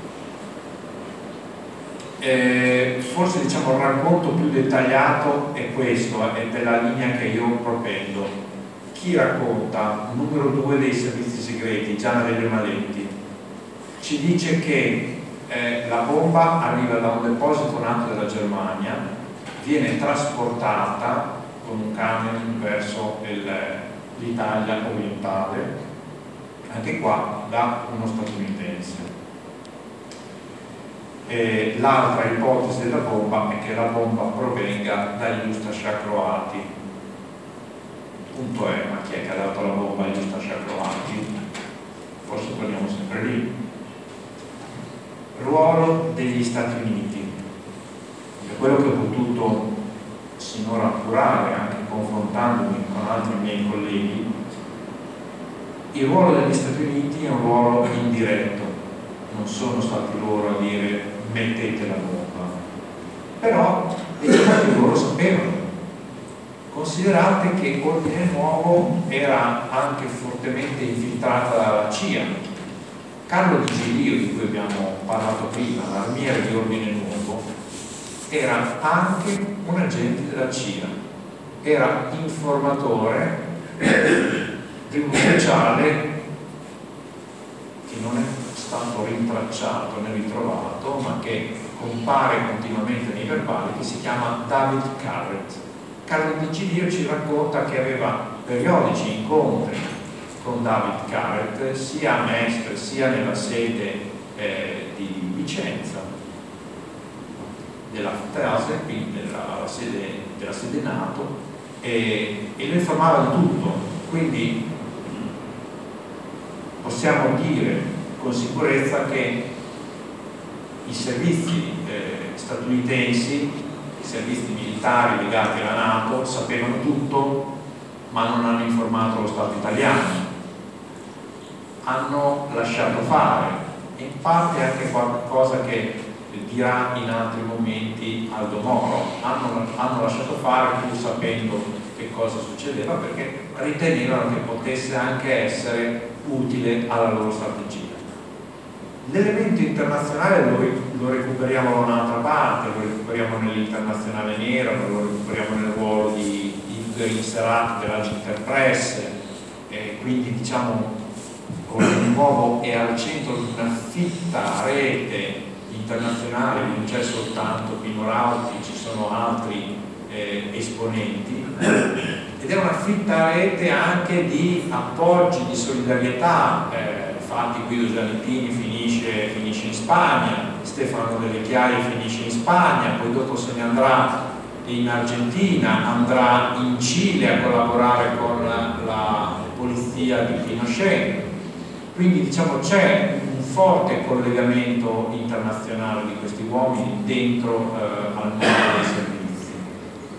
[SPEAKER 3] Eh, forse, diciamo, il racconto più dettagliato è questo, ed è la linea che io propendo. Chi racconta, numero due dei servizi segreti, Gianna Delle Maletti, ci dice che Eh, la bomba arriva da un deposito nato della Germania, viene trasportata con un camion verso l'Italia orientale, anche qua da uno statunitense. L'altra ipotesi della bomba è che la bomba provenga dagli Ustascia croati. Punto è, ma chi è che ha dato la bomba agli Ustascia croati? Forse torniamo sempre lì. Ruolo degli Stati Uniti, è quello che ho potuto sinora appurare anche confrontandomi con altri miei colleghi. Il ruolo degli Stati Uniti è un ruolo indiretto, non sono stati loro a dire mettete la bomba, però infatti loro sapevano. Considerate che Ordine Nuovo era anche fortemente infiltrata dalla C I A. Carlo Di Giglio, di cui abbiamo parlato prima, l'armiere di Ordine Nuovo, era anche un agente della C I A, era informatore di un ufficiale che non è stato rintracciato né ritrovato, ma che compare continuamente nei verbali, che si chiama David Carrett. Carlo Di Giglio ci racconta che aveva periodici incontri con David Carrett sia a Mestre sia nella sede eh, di Vicenza della Tease, quindi della sede, della sede NATO, e, e lo informava di tutto. Quindi possiamo dire con sicurezza che i servizi eh, statunitensi, i servizi militari legati alla NATO sapevano tutto, ma non hanno informato lo Stato italiano. Hanno lasciato fare, e in parte anche qualcosa che dirà in altri momenti Aldo Moro. Hanno, hanno lasciato fare pur sapendo che cosa succedeva, perché ritenevano che potesse anche essere utile alla loro strategia. L'elemento internazionale lo, lo recuperiamo da un'altra parte, lo recuperiamo nell'internazionale nero, lo recuperiamo nel ruolo di, di inserato dell'Agenzia e quindi diciamo di nuovo è al centro di una fitta rete internazionale, non c'è soltanto Pino Rauti, ci sono altri eh, esponenti, ed è una fitta rete anche di appoggi, di solidarietà. Eh, infatti Guido Giannettini finisce, finisce in Spagna, Stefano Delle Chiaie finisce in Spagna, poi dopo se ne andrà in Argentina, andrà in Cile a collaborare con la, la polizia di Pinochet. Quindi diciamo c'è un forte collegamento internazionale di questi uomini dentro eh, al mondo dei servizi.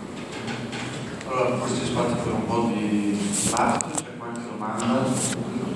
[SPEAKER 4] Allora, forse c'è spazio per un po' di dibattito, c'è qualche domanda?